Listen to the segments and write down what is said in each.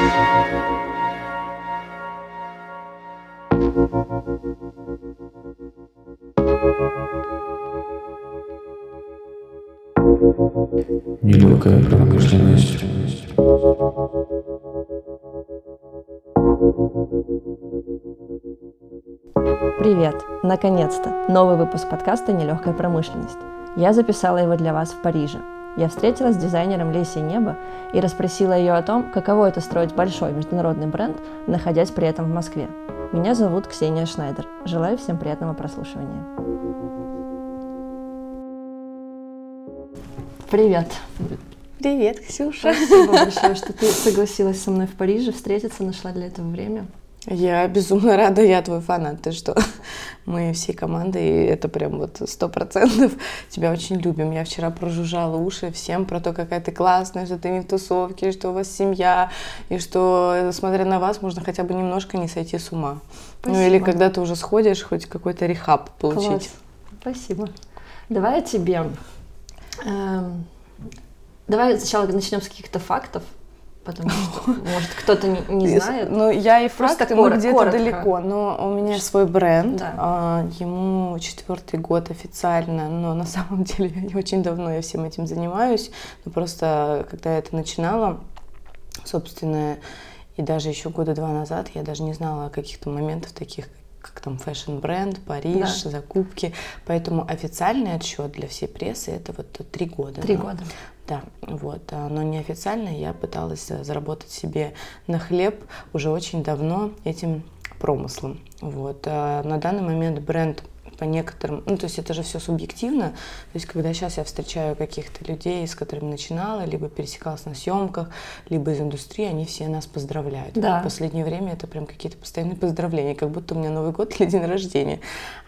Нелегкая промышленность. Привет! Наконец-то! Новый выпуск подкаста «Нелегкая промышленность». Я записала его для вас в Париже. Я встретилась с дизайнером Лесей Неба и расспросила ее о том, каково это строить большой международный бренд, находясь при этом в Москве. Меня зовут Ксения Шнайдер. Желаю всем приятного прослушивания. Привет! Привет, Ксюша! Спасибо большое, что ты согласилась со мной в Париже встретиться, нашла для этого время. Я безумно рада, я твой фанат, ты что? Мы всей командой, и это прям вот 100% тебя очень любим. Я вчера прожужжала уши всем про то, какая ты классная, что ты не в тусовке, что у вас семья, и что, смотря на вас, можно хотя бы немножко не сойти с ума. Спасибо. Ну или когда ты уже сходишь, хоть какой-то рехаб получить. Класс. Спасибо. Давай я тебе... Давай сначала начнем с каких-то фактов, потому что, может, кто-то не знает. Ну, я и факты, мы где-то коротко. далеко, но у меня свой бренд, Да. Ему 4-й год официально, но на самом деле очень давно я всем этим занимаюсь, но просто когда я это начинала, собственно, и даже еще года 2 назад я даже не знала о каких-то моментах таких, как там фэшн-бренд, Париж, да. Закупки. Поэтому официальный отсчет для всей прессы это вот 3 года. 3 года. Да, вот. Но неофициально я пыталась заработать себе на хлеб уже очень давно этим промыслом. Вот. На данный момент бренд по некоторым, ну, то есть это же все субъективно, то есть когда сейчас я встречаю каких-то людей, с которыми начинала, либо пересекалась на съемках, либо из индустрии, они все нас поздравляют. Да. В последнее время это прям какие-то постоянные поздравления, как будто у меня Новый год или день рождения.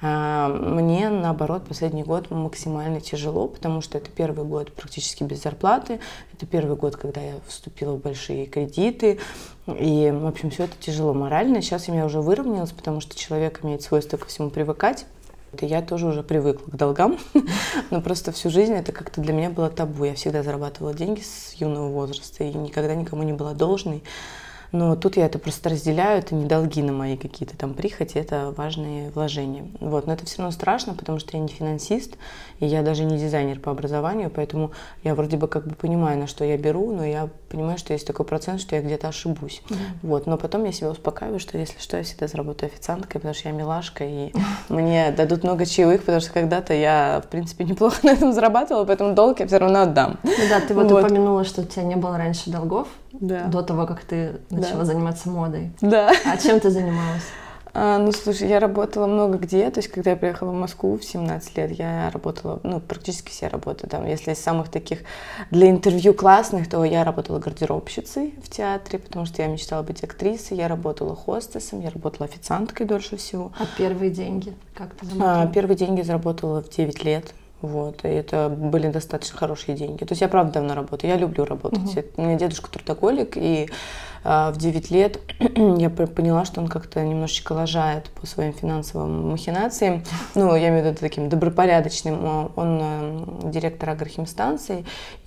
Мне, наоборот, последний год максимально тяжело, потому что это первый год практически без зарплаты, это первый год, когда я вступила в большие кредиты, и, в общем, все это тяжело морально. Сейчас я уже выровнялась, потому что человек имеет свойство ко всему привыкать. И я тоже уже привыкла к долгам, но просто всю жизнь это как-то для меня было табу. Я всегда зарабатывала деньги с юного возраста и никогда никому не была должной. Но тут я это просто разделяю, это не долги на мои какие-то там прихоти, это важные вложения. Вот. Но это все равно страшно, потому что я не финансист, и я даже не дизайнер по образованию, поэтому я вроде бы как бы понимаю, на что я беру, но я понимаю, что есть такой процент, что я где-то ошибусь. Вот. Но потом я себя успокаиваю, что если что, я всегда заработаю официанткой, потому что я милашка, и мне дадут много чаевых, потому что когда-то я, в принципе, неплохо на этом зарабатывала, поэтому долг я все равно отдам. Ну да, ты вот упомянула, что у тебя не было раньше долгов, да. До того, как ты начала заниматься модой. Да. А чем ты занималась? Ну, слушай, я работала много где, то есть, когда я приехала в Москву в 17 лет, я работала, ну, практически все работы там, если из самых таких для интервью классных, то я работала гардеробщицей в театре, потому что я мечтала быть актрисой, я работала хостесом, я работала официанткой дольше всего. А первые деньги как ты заработала? Первые деньги заработала в 9 лет. Вот, и это были достаточно хорошие деньги. То есть я правда давно работаю, я люблю работать. У меня дедушка трудоголик, и в 9 лет я поняла, что он как-то немножечко лажает по своим финансовым махинациям. Ну, я имею в виду таким добропорядочным. Он директор агрохимстанции,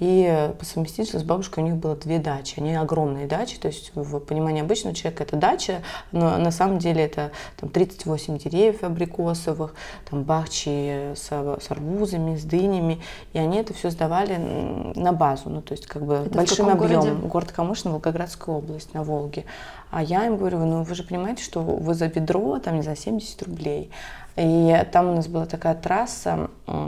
и по совместительству с бабушкой у них было 2 дачи. Они огромные дачи, то есть в понимании обычного человека это дача, но на самом деле это там 38 деревьев абрикосовых, там бахчи с арбузами, с дынями, и они это все сдавали на базу, ну, то есть как бы это большим объемом. Городе? Город Камышин, Волгоградская область, на Волге. А я им говорю, ну, вы же понимаете, что вы за ведро, там, не за 70 рублей. И там у нас была такая трасса,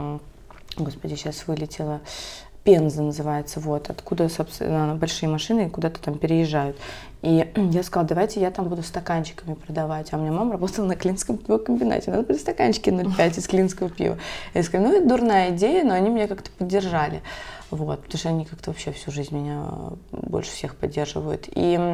господи, сейчас вылетела, Пенза называется, вот, откуда, собственно, большие машины куда-то там переезжают. И я сказала, давайте я там буду стаканчиками продавать. А у меня мама работала на Клинском пивокомбинате. У нас были стаканчики 0,5 из клинского пива. Я сказала, ну, это дурная идея, но они меня как-то поддержали. Вот, потому что они как-то вообще всю жизнь меня больше всех поддерживают.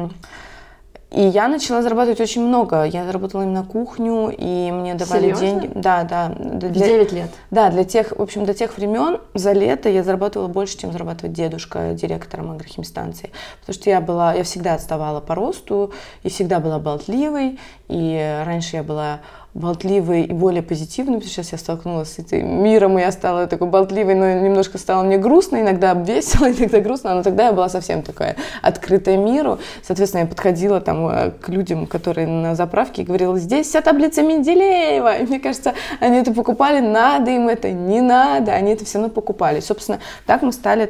И я начала зарабатывать очень много. Я заработала им на кухню, и мне давали деньги. Да. В 9 лет? Да, для тех, в общем, до тех времен за лето я зарабатывала больше, чем зарабатывает дедушка директором агрохимстанции. Потому что я всегда отставала по росту, и всегда была болтливой. И раньше я была болтливой и более позитивной, потому что сейчас я столкнулась с этим миром, и я стала такой болтливой, но немножко стало мне грустно, иногда весело, иногда грустно, но тогда я была совсем такая открытая миру. Соответственно, я подходила там к людям, которые на заправке, и говорила: здесь вся таблица Менделеева. И мне кажется, они это покупали, надо им это, не надо, они это все равно покупали. И, собственно, так мы стали,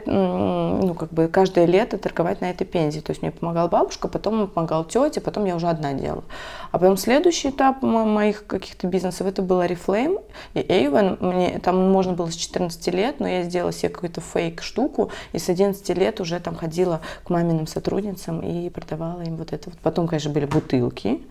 каждое лето торговать на этой пензе. То есть мне помогала бабушка, потом мне помогала тетя, потом я уже одна делала. А потом следующий этап моих каких-то бизнесов, это был Oriflame и Avon. Мне там можно было с 14 лет, но я сделала себе какую-то фейк-штуку, и с 11 лет уже там ходила к маминым сотрудницам и продавала им вот это. Потом, конечно, были бутылки.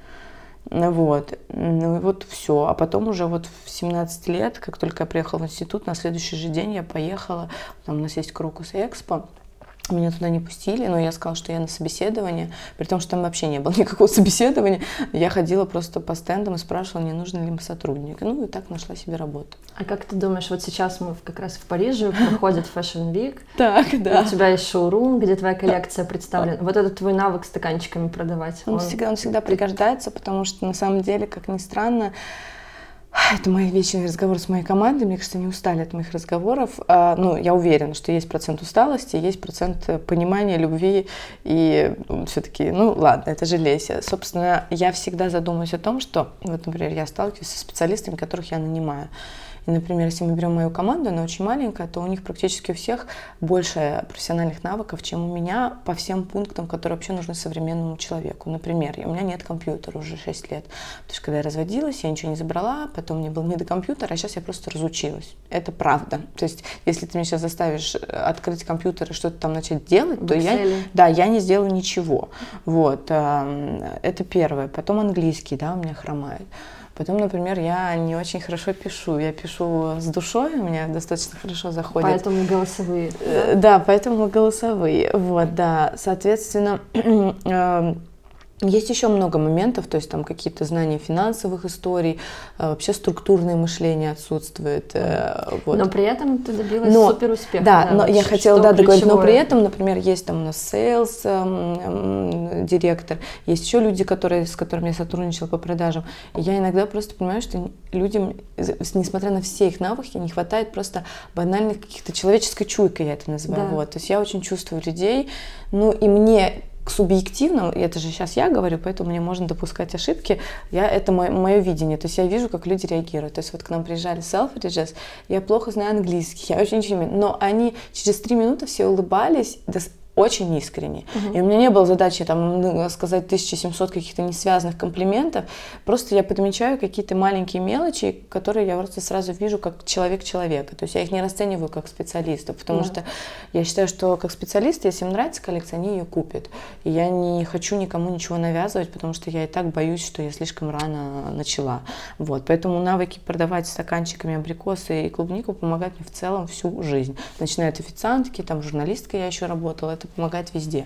Вот. Ну и вот все. А потом уже вот в 17 лет, как только я приехала в институт, на следующий же день я поехала, там у нас есть Крокус Экспо. Меня туда не пустили, но я сказала, что я на собеседование, при том, что там вообще не было никакого собеседования. Я ходила просто по стендам и спрашивала, не нужен ли мне сотрудник. Ну и так нашла себе работу. А как ты думаешь, вот сейчас мы как раз в Париже, проходит Fashion Week, так, да. У тебя есть шоурум, где твоя коллекция представлена. Вот этот твой навык стаканчиками продавать. Он всегда пригождается, потому что на самом деле, как ни странно, это мои вечные разговоры с моей командой. Мне кажется, они устали от моих разговоров. Я уверена, что есть процент усталости, есть процент понимания, любви. И все-таки, ладно, это же Леся. Собственно, я всегда задумываюсь о том, что, вот, например, я сталкиваюсь со специалистами, которых я нанимаю. И, например, если мы берем мою команду, она очень маленькая, то у них практически у всех больше профессиональных навыков, чем у меня по всем пунктам, которые вообще нужны современному человеку. Например, у меня нет компьютера уже 6 лет. Потому что когда я разводилась, я ничего не забрала, потом мне был не до компьютера, а сейчас я просто разучилась. Это правда. То есть, если ты меня сейчас заставишь открыть компьютер и что-то там начать делать, то я не сделаю ничего. Вот. Это первое. Потом английский, у меня хромает. Потом, например, я не очень хорошо пишу. Я пишу с душой, у меня достаточно хорошо заходит. Поэтому голосовые. Да, поэтому голосовые. Вот, да. Соответственно, есть еще много моментов, то есть там какие-то знания финансовых историй, вообще структурное мышление отсутствует. Вот. Но при этом ты добилась супер успеха. Да, но я хотела договорить, но при этом, например, есть там у нас sales директор, есть еще люди, с которыми я сотрудничала по продажам. И я иногда просто понимаю, что людям, несмотря на все их навыки, не хватает просто банальных каких-то человеческой чуйки, я это называю. Да. Вот. То есть я очень чувствую людей, и мне субъективно, и это же сейчас я говорю, поэтому мне можно допускать ошибки, это мое видение, то есть я вижу, как люди реагируют. То есть вот к нам приезжали Selfridges, я плохо знаю английский, я очень ничего не умею, но они через 3 минуты все улыбались, очень искренне. И у меня не было задачи сказать 1700 каких-то несвязанных комплиментов, просто я подмечаю какие-то маленькие мелочи, которые я просто сразу вижу как человек человека. То есть я их не расцениваю как специалистов, потому что я считаю, что как специалисты, если им нравится коллекция, они ее купят. И я не хочу никому ничего навязывать, потому что я и так боюсь, что я слишком рано начала. Вот. Поэтому навыки продавать стаканчиками абрикосы и клубнику помогают мне в целом всю жизнь. Начиная от официантки, журналисткой я еще работала, это помогает везде.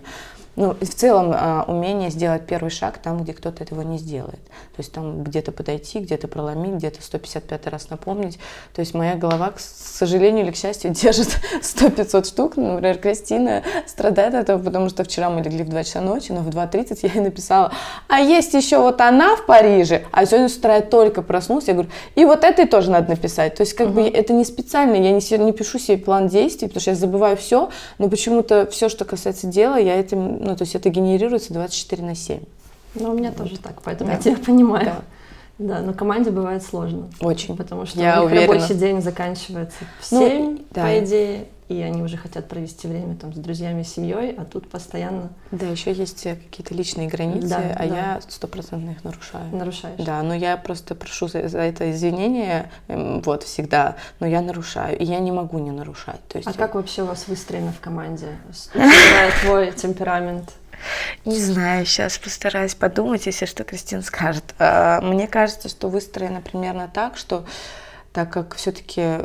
И в целом умение сделать первый шаг там, где кто-то этого не сделает. То есть там где-то подойти, где-то проломить, где-то 155 раз напомнить. То есть моя голова, к сожалению или к счастью, держит 100-500 штук. Например, Кристина страдает от этого, потому что вчера мы легли в 2 часа ночи, но в 2:30 я ей написала: а есть еще вот она в Париже, а сегодня с утра я только проснулась, я говорю, и вот этой тоже надо написать. То есть это не специально, я не пишу себе план действий, потому что я забываю все, но почему-то все, что касается дела, я этим, то есть это генерируется 24/7. У меня тоже так, поэтому я тебя понимаю. Да, но команде бывает сложно. Очень. Потому что у них рабочий день заканчивается в 7, по идее, и они уже хотят провести время с друзьями, с семьей, а тут постоянно... Да, еще есть какие-то личные границы, я 100% их нарушаю. Нарушаешь? Да, но я просто прошу за это извинения, всегда, но я нарушаю, и я не могу не нарушать. То есть... А как вообще у вас выстроено в команде, учитывая твой темперамент? Не знаю, сейчас постараюсь подумать, если что Кристина скажет. Мне кажется, что выстроено примерно так, что так как все-таки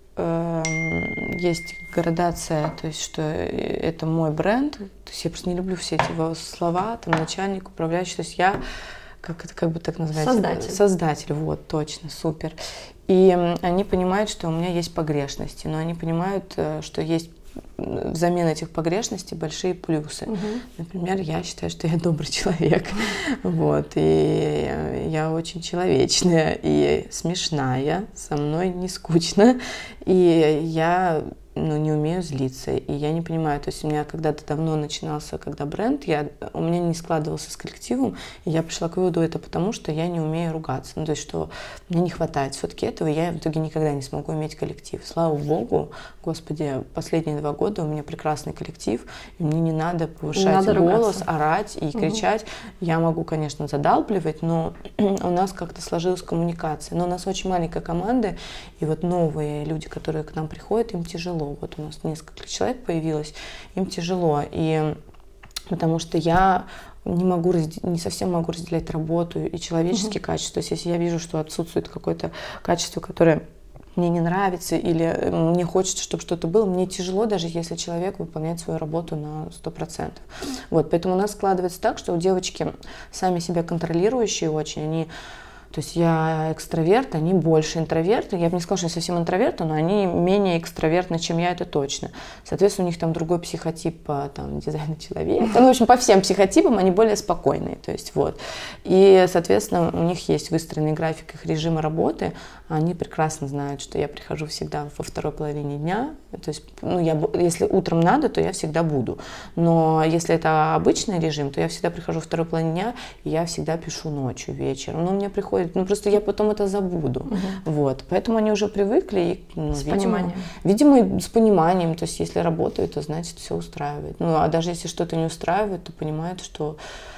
есть градация, то есть что это мой бренд, то есть я просто не люблю все эти слова, начальник, управляющий, то есть я, как бы так назвать? Создатель, вот, точно, супер. И они понимают, что у меня есть погрешности, но они понимают, что есть взамен этих погрешностей большие плюсы. Например, я считаю, что я добрый человек, вот, и я очень человечная и смешная, со мной не скучно, и я не умею злиться, и я не понимаю, то есть у меня когда-то давно начинался, когда бренд, у меня не складывался с коллективом, и я пришла к выводу, это потому, что я не умею ругаться, то есть что мне не хватает все-таки этого, и я в итоге никогда не смогу иметь коллектив. Слава богу, Господи, последние 2 года у меня прекрасный коллектив, и мне не надо повышать голос, орать и кричать. Я могу, конечно, задалбливать, но у нас как-то сложилась коммуникация, но у нас очень маленькая команда, и вот новые люди, которые к нам приходят, им тяжело. Вот у нас несколько человек появилось, им тяжело, и потому что я не совсем могу разделять работу и человеческие качества. То есть если я вижу, что отсутствует какое-то качество, которое мне не нравится или мне хочется, чтобы что-то было, мне тяжело, даже если человек выполняет свою работу на 100%. Вот, поэтому у нас складывается так, что у девочки сами себя контролирующие очень, то есть я экстраверт, они больше интроверты. Я бы не сказала, что я совсем интроверта, но они менее экстравертны, чем я, это точно. Соответственно, у них там другой психотип дизайна человека. В общем, по всем психотипам они более спокойные. То есть, вот. И, соответственно, у них есть выстроенный график их режима работы. Они прекрасно знают, что я прихожу всегда во второй половине дня. То есть, если утром надо, то я всегда буду. Но если это обычный режим, то я всегда прихожу во второй половине дня, и я всегда пишу ночью, вечером. Но у меня приходит, просто я потом это забуду. Вот. Поэтому они уже привыкли. И, с пониманием. Видимо, с пониманием. То есть, если работают, то значит все устраивает. А даже если что-то не устраивает, то понимают, что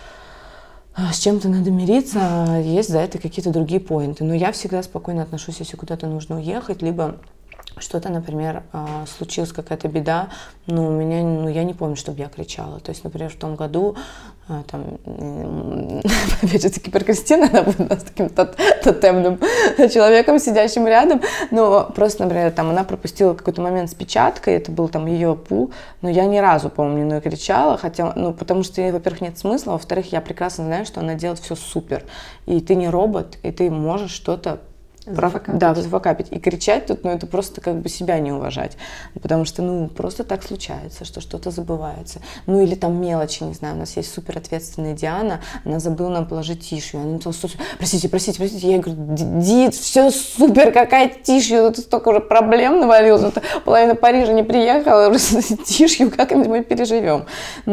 с чем-то надо мириться, есть за это какие-то другие поинты. Но я всегда спокойно отношусь, если куда-то нужно уехать, либо что-то, например, случилась какая-то беда, но у меня, я не помню, чтобы я кричала. То есть, например, в том году, опять же таки про Кристину, она будет у нас таким тотемным человеком, сидящим рядом, но просто, например, она пропустила какой-то момент с печаткой, это был ее пул, но я ни разу, по-моему, не накричала, хотя, потому что, во-первых, нет смысла, во-вторых, я прекрасно знаю, что она делает все супер, и ты не робот, и ты можешь что-то зафакапить. И кричать тут, это просто себя не уважать. Потому что, просто так случается, что что-то забывается. Или там мелочи, не знаю, у нас есть супер ответственная Диана, она забыла нам положить тишью. Она написала: простите. Я говорю: Дид, все супер, какая тишью, тут столько уже проблем навалилось, половина Парижа не приехала, тишью как-нибудь мы переживем.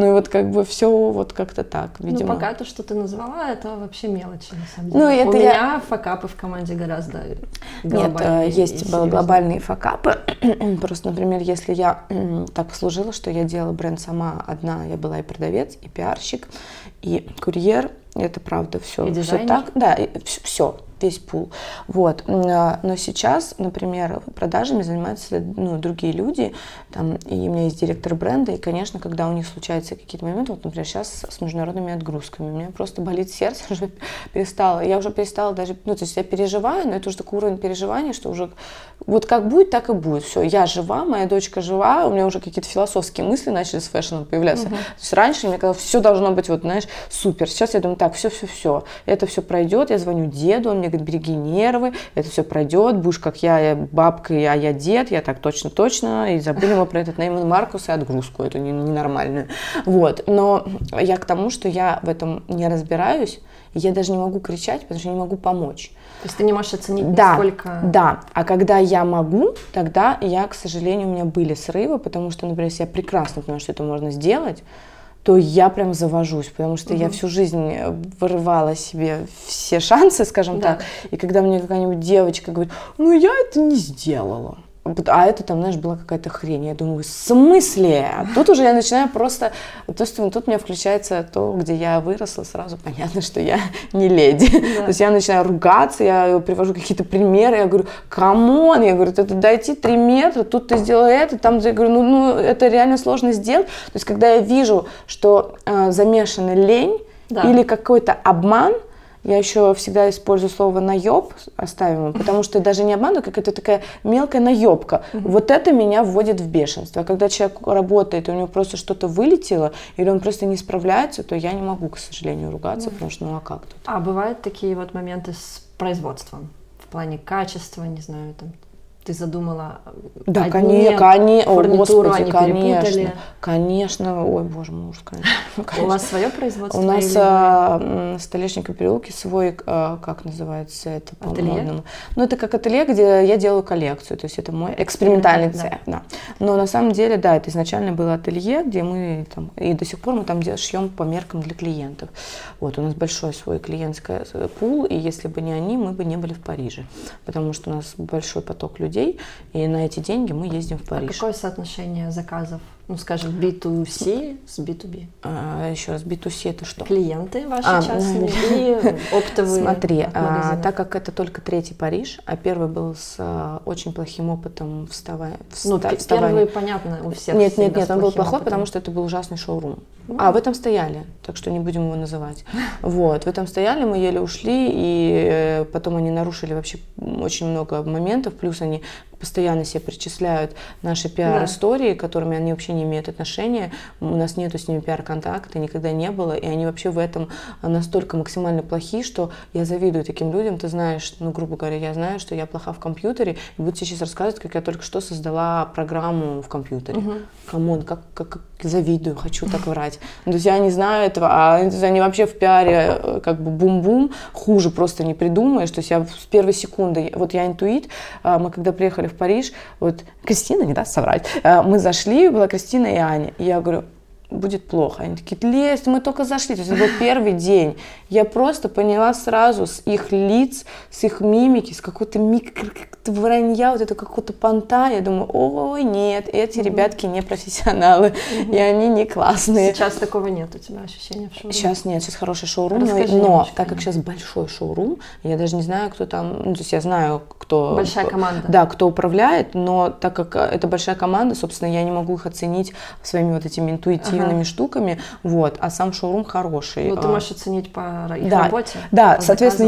И все как-то так, видимо. Пока то, что ты назвала, это вообще мелочи, на самом деле. У меня факапы в команде гораздо глобальные. Нет, есть глобальные факапы. Просто, например, если я так служила, что я делала бренд сама одна, я была и продавец, и пиарщик, и курьер, это правда все так. Да, все. Весь пул. Вот. Но сейчас, например, продажами занимаются другие люди, и у меня есть директор бренда, и, конечно, когда у них случаются какие-то моменты, например, сейчас с международными отгрузками, у меня просто болит сердце, я уже перестала даже, то есть я переживаю, но это уже такой уровень переживания, что уже вот как будет, так и будет. Все, я жива, моя дочка жива, у меня уже какие-то философские мысли начали с фэшном появляться. То есть раньше мне казалось, все должно быть, супер. Сейчас я думаю, так, все, это все пройдет, я звоню деду, он мне говорит: береги нервы, это все пройдет, будешь как я бабка, а я дед, я так точно, и забыли мы про этот Нейман Маркус и отгрузку, эту ненормальную. Вот, но я к тому, что я в этом не разбираюсь, и я даже не могу кричать, потому что не могу помочь. То есть ты не можешь оценить, насколько... Да, а когда я могу, тогда к сожалению, у меня были срывы, потому что, например, если я прекрасно понимаю, что это можно сделать, то я прям завожусь, потому что я всю жизнь вырывала себе все шансы, скажем так, и когда мне какая-нибудь девочка говорит: я это не сделала, а это была какая-то хрень, я думаю: в смысле? А тут уже я начинаю просто, тут у меня включается то, где я выросла, сразу понятно, что я не леди. То есть я начинаю ругаться, я привожу какие-то примеры, я говорю: камон, я говорю, это дойти 3 метра, тут ты сделала это, там, я говорю, это реально сложно сделать. То есть когда я вижу, что замешана лень или какой-то обман, я еще всегда использую слово наеб, оставим его, потому что даже не обман, а какая-то такая мелкая наебка. Вот это меня вводит в бешенство. А когда человек работает, у него просто что-то вылетело, или он просто не справляется, то я не могу, к сожалению, ругаться, потому что а как тут? А бывают такие моменты с производством? В плане качества, не знаю, ты задумала Да, одни, фурнитуру они перепутали. Конечно, ой, боже мой, ужас, конечно. У вас свое производство? У нас в Столешниковом переулке свой, как называется это по-модному? Ну, это как ателье, где я делаю коллекцию, то есть это мой экспериментальный цех, да. Но на самом деле, да, это изначально было ателье, где мы там, и до сих пор мы там шьем по меркам для клиентов. Вот, у нас большой свой клиентский пул, и если бы не они, мы бы не были в Париже, потому что у нас большой поток людей, и на эти деньги мы ездим в Париж. А какое соотношение заказов, ну, скажем, B2C с B2B? Еще раз, B2C это что? Клиенты ваши частные и оптовые. Смотри, так как это только третий Париж, а первый был с очень плохим опытом вставания. Ну, первый, понятно, у всех. Нет, он был плохой, потому что это был ужасный шоурум. В этом стояли, так что не будем его называть. Вот, в этом стояли, мы еле ушли, и потом они нарушили вообще очень много моментов, плюс они постоянно себе причисляют наши пиар-истории, к которым они вообще не имеют отношения. У нас нету с ними пиар-контакта, никогда не было, и они вообще в этом настолько максимально плохи, что я завидую таким людям. Ты знаешь, ну, грубо говоря, я знаю, что я плоха в компьютере, и буду тебе сейчас рассказывать, как я только что создала программу в компьютере. Камон, как завидую, хочу так врать. То есть я не знаю этого, а они вообще в пиаре как бы бум-бум, хуже просто не придумаешь. То есть я с первой секунды, вот я интуит, мы когда приехали в Париж, вот Кристина не даст соврать, мы зашли, была Кристина и Аня, и я говорю, будет плохо. Они такие, Лесь, мы только зашли. То есть это был первый день. Я просто поняла сразу с их лиц, с их мимики, с какой-то вранья, вот это какого-то понта. Я думаю, ой, нет, эти ребятки не профессионалы, и они не классные. Сейчас такого нет у тебя ощущения в шоуруме? Сейчас нет, сейчас хороший шоурум, но так как сейчас большой шоурум, я даже не знаю, кто там, ну, то есть я знаю, кто... Большая команда. Да, кто управляет, но так как это большая команда, собственно, я не могу их оценить своими вот этими интуитивными штуками, вот, а сам шоурум хороший. Ну, ты можешь оценить по их работе? Да, соответственно,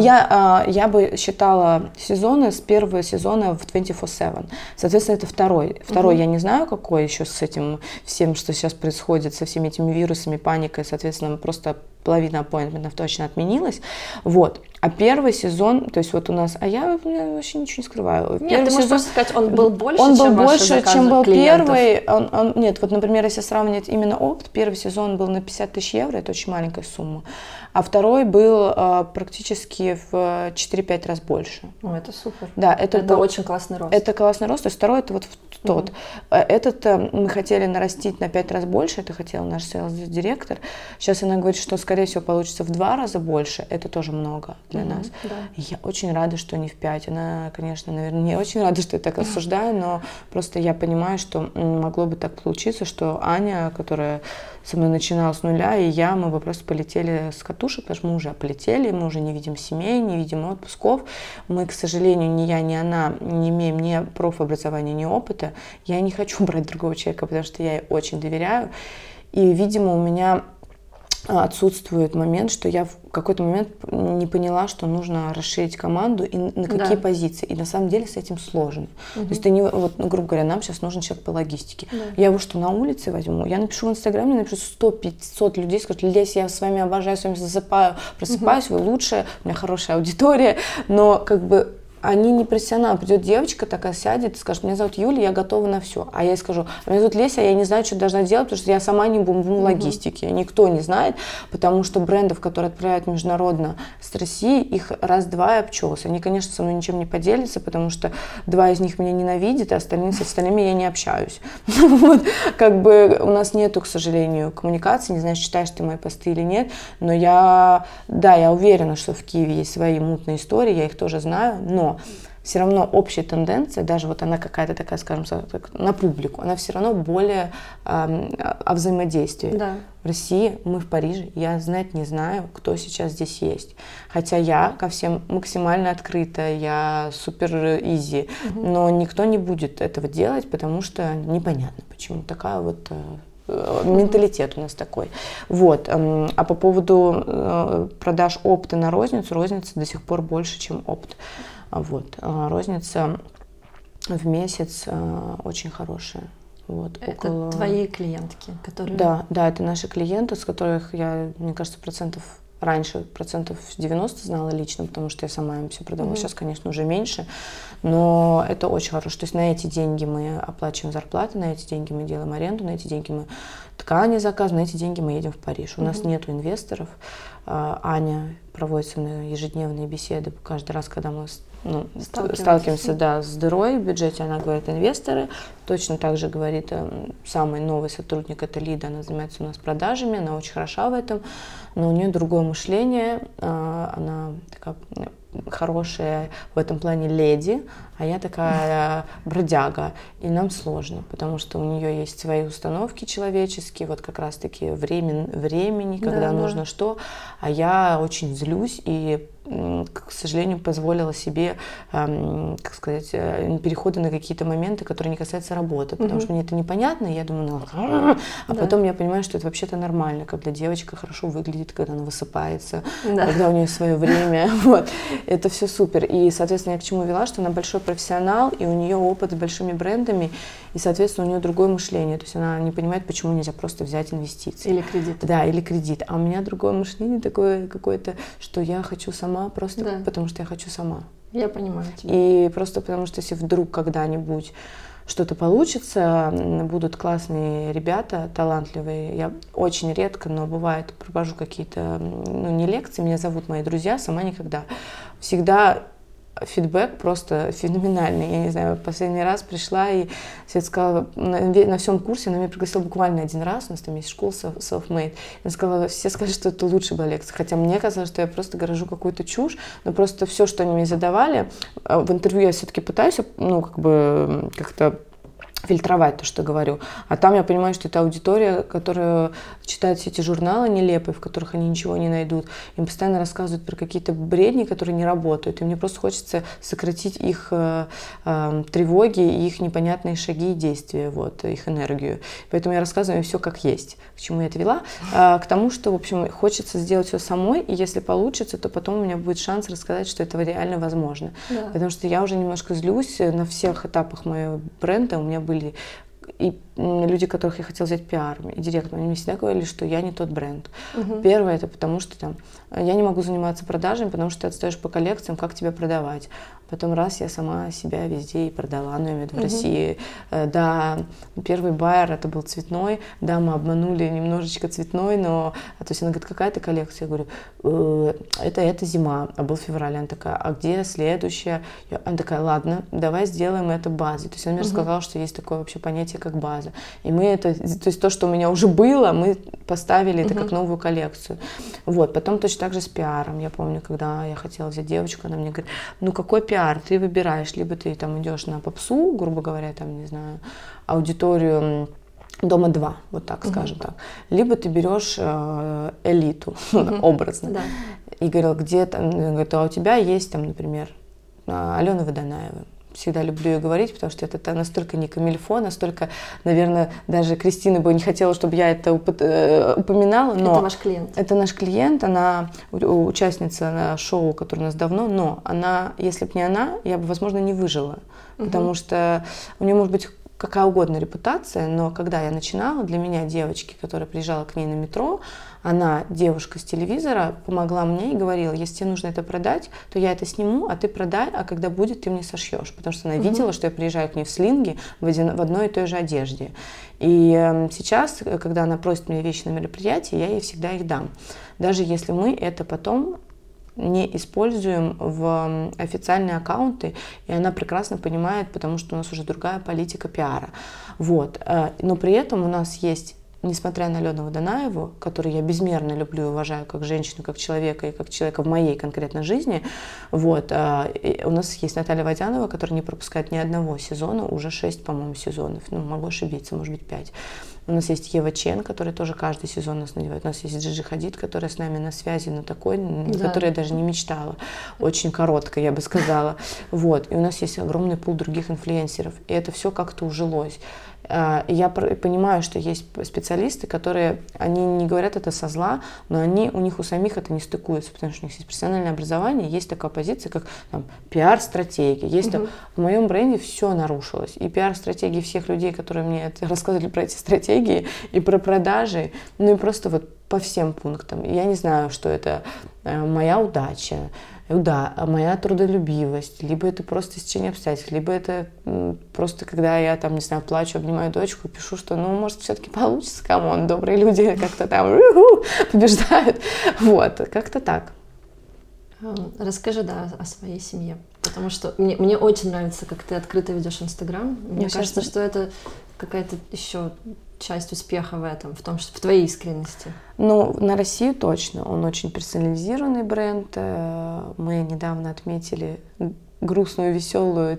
я бы считала сезоны с первого сезона в 24/7. Соответственно, это второй. Второй я не знаю, какой еще с этим всем, что сейчас происходит, со всеми этими вирусами, паникой, соответственно, просто половина аппоинтментов точно отменилась. Вот. А первый сезон, то есть вот у нас, я вообще ничего не скрываю. Нет, ты можешь просто сказать, он был больше, чем был клиентов. первый. Нет, вот, например, если сравнивать именно опт, первый сезон был на 50 тысяч евро, это очень маленькая сумма, а второй был практически в 4-5 раз больше. О, это супер. Да, это очень классный рост. Это классный рост, то есть второй это вот тот. Этот мы хотели нарастить на 5 раз больше, это хотел наш сейлс-директор. Сейчас она говорит, что, скорее всего, получится в 2 раза больше, это тоже много для нас. Да. И я очень рада, что не в 5. Она, конечно, наверное, не очень рада, что я так рассуждаю, но просто я понимаю, что могло бы так получиться, что Аня, которая со мной начинала с нуля, и мы бы просто полетели с катушек, потому что мы уже полетели, мы уже не видим семей, не видим отпусков. Мы, к сожалению, ни я, ни она не имеем ни профобразования, ни опыта. Я не хочу брать другого человека, потому что я ей очень доверяю. И, видимо, у меня отсутствует момент, что я в какой-то момент не поняла, что нужно расширить команду и на какие позиции. И на самом деле с этим сложно. То есть ты не, вот, грубо говоря, нам сейчас нужен человек по логистике. Я его что, на улице возьму? Я напишу в Инстаграме, напишу 100-500 людей, скажут, Лесь, я с вами обожаю, с вами засыпаю, просыпаюсь, вы лучшая, у меня хорошая аудитория, но как бы они не профессионалы. Придет девочка такая, сядет и скажет, меня зовут Юля, я готова на все. А я ей скажу, меня зовут Леся, я не знаю, что должна делать, потому что я сама не бум-бум логистики. Никто не знает, потому что брендов, которые отправляют международно с России, их раз-два и обчелся. Они, конечно, со мной ничем не поделятся, потому что 2 из них меня ненавидят, а с остальными я не общаюсь. Вот, как бы у нас нету, к сожалению, коммуникации, не знаю, читаешь ты мои посты или нет, но я уверена, что в Киеве есть свои мутные истории, я их тоже знаю, но все равно общая тенденция, даже вот она какая-то такая, скажем так, на публику, она все равно более о взаимодействии. Да. В России, мы в Париже, я знать не знаю, кто сейчас здесь есть. Хотя я ко всем максимально открыта, я супер изи, но никто не будет этого делать, потому что непонятно, почему такая вот менталитет у нас такой. Вот. А по поводу продаж опта на розницу, розница до сих пор больше, чем опт. Вот. Розница в месяц очень хорошая. Вот. Это твои клиентки, которые... Да, это наши клиенты, с которых я, мне кажется, процентов раньше 90% знала лично, потому что я сама им все продавала. Сейчас, конечно, уже меньше, но это очень хорошо. То есть на эти деньги мы оплачиваем зарплаты, на эти деньги мы делаем аренду, на эти деньги мы ткани заказываем, на эти деньги мы едем в Париж. У нас нету инвесторов. Аня проводит со мной ежедневные беседы каждый раз, когда мы сталкиваемся с дырой в бюджете, она говорит инвесторы. Точно так же говорит самый новый сотрудник, это Лида, она занимается у нас продажами, она очень хороша в этом, но у нее другое мышление, она такая хорошая в этом плане леди, а я такая бродяга, и нам сложно, потому что у нее есть свои установки человеческие, вот как раз-таки времени, когда нужно что, а я очень злюсь и, к сожалению, позволила себе, переходы на какие-то моменты, которые не касаются работы, потому что мне это непонятно, и я думаю, потом я понимаю, что это вообще-то нормально, когда девочка хорошо выглядит, когда она высыпается, когда у нее свое время, вот, это все супер. И, соответственно, я к чему вела, что она большой профессионал, и у нее опыт с большими брендами, и, соответственно, у нее другое мышление, то есть она не понимает, почему нельзя просто взять инвестиции. Или кредит. Да, или кредит. А у меня другое мышление такое какое-то, что я хочу сама просто потому что я хочу сама. Я понимаю тебя. И просто потому что если вдруг когда-нибудь что-то получится, будут классные ребята, талантливые. Я очень редко, но бывает, провожу какие-то, не лекции, меня зовут мои друзья, сама никогда. Всегда фидбэк просто феноменальный. Я не знаю, последний раз пришла, и Свет сказала, на всем курсе она меня пригласила буквально один раз, у нас там есть школа self-made. Она сказала, все сказали, что это лучшая была лекция. Хотя мне казалось, что я просто горожу какую-то чушь, но просто все, что они мне задавали, в интервью я все-таки пытаюсь, как-то фильтровать то, что говорю. А там я понимаю, что это аудитория, которая читает все эти журналы нелепые, в которых они ничего не найдут. Им постоянно рассказывают про какие-то бредни, которые не работают. И мне просто хочется сократить их тревоги, их непонятные шаги и действия, их энергию. Поэтому я рассказываю все как есть. К чему я это вела? К тому, что, в общем, хочется сделать все самой, и если получится, то потом у меня будет шанс рассказать, что это реально возможно. Да. Потому что я уже немножко злюсь на всех этапах моего бренда. У меня были и люди, которых я хотела взять пиаром, и директором, они мне всегда говорили, что я не тот бренд. Первое, это потому что я не могу заниматься продажами, потому что ты отстаешь по коллекциям, как тебе продавать. Потом раз я сама себя везде и продала, я имею в виду в России. Да, первый байер это был цветной, да, мы обманули немножечко цветной, но, то есть она говорит, какая-то коллекция? Я говорю, это зима, а был февраль. Она такая, а где следующая? Она такая, ладно, давай сделаем это базой. То есть она мне рассказала, что есть такое вообще понятие, как база. И мы это, то есть то, что у меня уже было, мы поставили это как новую коллекцию. Потом точно так же с пиаром. Я помню, когда я хотела взять девочку, она мне говорит, какой пиар? Ты выбираешь, либо ты идешь на попсу, грубо говоря, не знаю, аудиторию Дома 2, вот так скажем так. Либо ты берешь элиту, образно. Да. И говорила, где там, говорит, а у тебя есть например, Алена Водонаева. Всегда люблю ее говорить, потому что это настолько не камильфо, настолько, наверное, даже Кристина бы не хотела, чтобы я это упоминала. Но это ваш клиент. Это наш клиент, она участница шоу, которое у нас давно, но она, если бы не она, я бы, возможно, не выжила. Потому что у нее может быть какая угодно репутация, но когда я начинала, для меня девочки, которая приезжала к ней на метро, она, девушка с телевизора, помогла мне и говорила, если тебе нужно это продать, то я это сниму, а ты продай, а когда будет, ты мне сошьешь. Потому что она видела, что я приезжаю к ней в слинге в одной и той же одежде. И сейчас, когда она просит меня вещи на мероприятии, я ей всегда их дам. Даже если мы это потом не используем в официальные аккаунты, и она прекрасно понимает, потому что у нас уже другая политика пиара. Но при этом у нас есть, несмотря на Алену Водонаеву, которую я безмерно люблю и уважаю как женщину, как человека и как человека в моей конкретной жизни, у нас есть Наталья Водянова, которая не пропускает ни одного сезона, уже 6, по-моему, сезонов, могу ошибиться, может быть 5. У нас есть Ева Чен, которая тоже каждый сезон нас надевает. У нас есть Джиджи Хадид, которая с нами на связи, но такой, которой я даже не мечтала. Очень короткая, я бы сказала. И у нас есть огромный пул других инфлюенсеров. И это все как-то ужилось. Я понимаю, что есть специалисты, которые, они не говорят это со зла, но у них у самих это не стыкуется, потому что у них есть профессиональное образование, есть такая позиция, как пиар-стратегия. В моем бренде все нарушилось. И пиар-стратегии всех людей, которые мне рассказывали про эти стратегии и про продажи, и просто по всем пунктам. Я не знаю, что это моя удача, моя трудолюбивость, либо это просто стечение обстоятельств, либо это просто когда я там, не знаю, плачу, обнимаю дочку, пишу, что, ну, может, все-таки получится, камон, добрые люди как-то там побеждают. Вот, как-то так. Расскажи, да, о своей семье, потому что мне очень нравится, как ты открыто ведешь Инстаграм. Мне кажется, что это какая-то еще часть успеха в этом, в том, что в твоей искренности. Ну, на Россию точно. Он очень персонализированный бренд. Мы недавно отметили грустную, веселую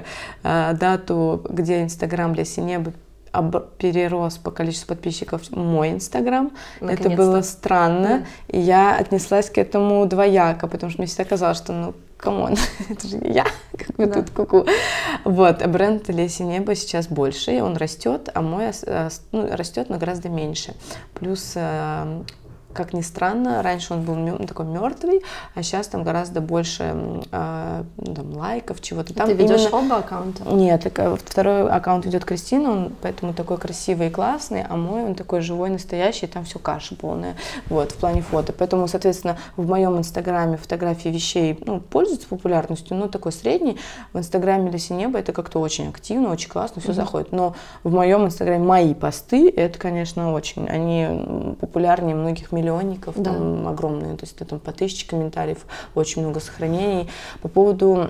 дату, где Инстаграм Леси Небо перерос по количеству подписчиков мой Инстаграм. Это было странно. Да. И я отнеслась к этому двояко, потому что мне всегда казалось, что, ну, камон, это же не я, как бы тут ку-ку. Вот, бренд Леси Небо сейчас больше, и он растет, а мой растет, но гораздо меньше. Плюс, как ни странно, раньше он был такой мертвый, а сейчас там гораздо больше там, лайков, чего-то. Там ты ведешь оба аккаунта? Нет, второй аккаунт идет Кристина, он поэтому такой красивый и классный, а мой он такой живой, настоящий, там все каша полная, вот, в плане фото. Поэтому, соответственно, в моем Инстаграме фотографии вещей, ну, пользуются популярностью, но такой средний. В Инстаграме Леси Небо это как-то очень активно, очень классно, все заходит. Но в моем Инстаграме мои посты, это, конечно, очень, они популярнее многих миллионников, да. Там огромные, то есть это там по 1000 комментариев, очень много сохранений. По поводу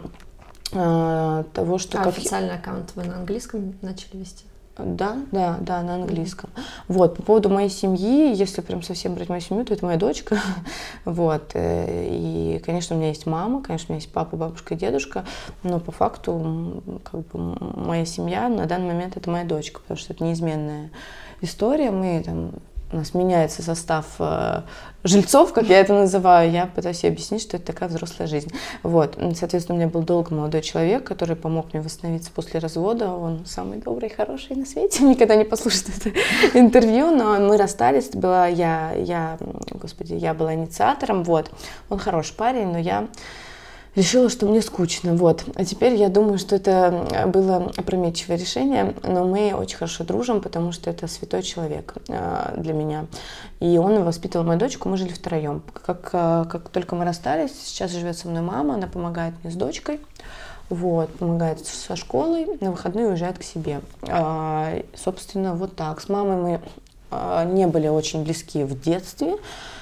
того, что... Официальный аккаунт вы на английском начали вести? Да, на английском. Вот, по поводу моей семьи, если прям совсем брать мою семью, то это моя дочка. Вот, и, конечно, у меня есть мама, конечно, у меня есть папа, бабушка и дедушка, но по факту, как бы, моя семья на данный момент это моя дочка, потому что это неизменная история. У нас меняется состав жильцов, как я это называю, я пытаюсь ей объяснить, что это такая взрослая жизнь. Вот. Соответственно, у меня был долго молодой человек, который помог мне восстановиться после развода. Он самый добрый и хороший на свете. Никогда не послушает это интервью, но мы расстались. Я была инициатором. Вот. Он хороший парень, но я решила, что мне скучно, вот. А теперь я думаю, что это было опрометчивое решение, но мы очень хорошо дружим, потому что это святой человек для меня. И он воспитывал мою дочку, мы жили втроем. Как только мы расстались, сейчас живет со мной мама, она помогает мне с дочкой, вот, помогает со школой, на выходные уезжает к себе. Собственно, вот так. С мамой мы не были очень близки в детстве,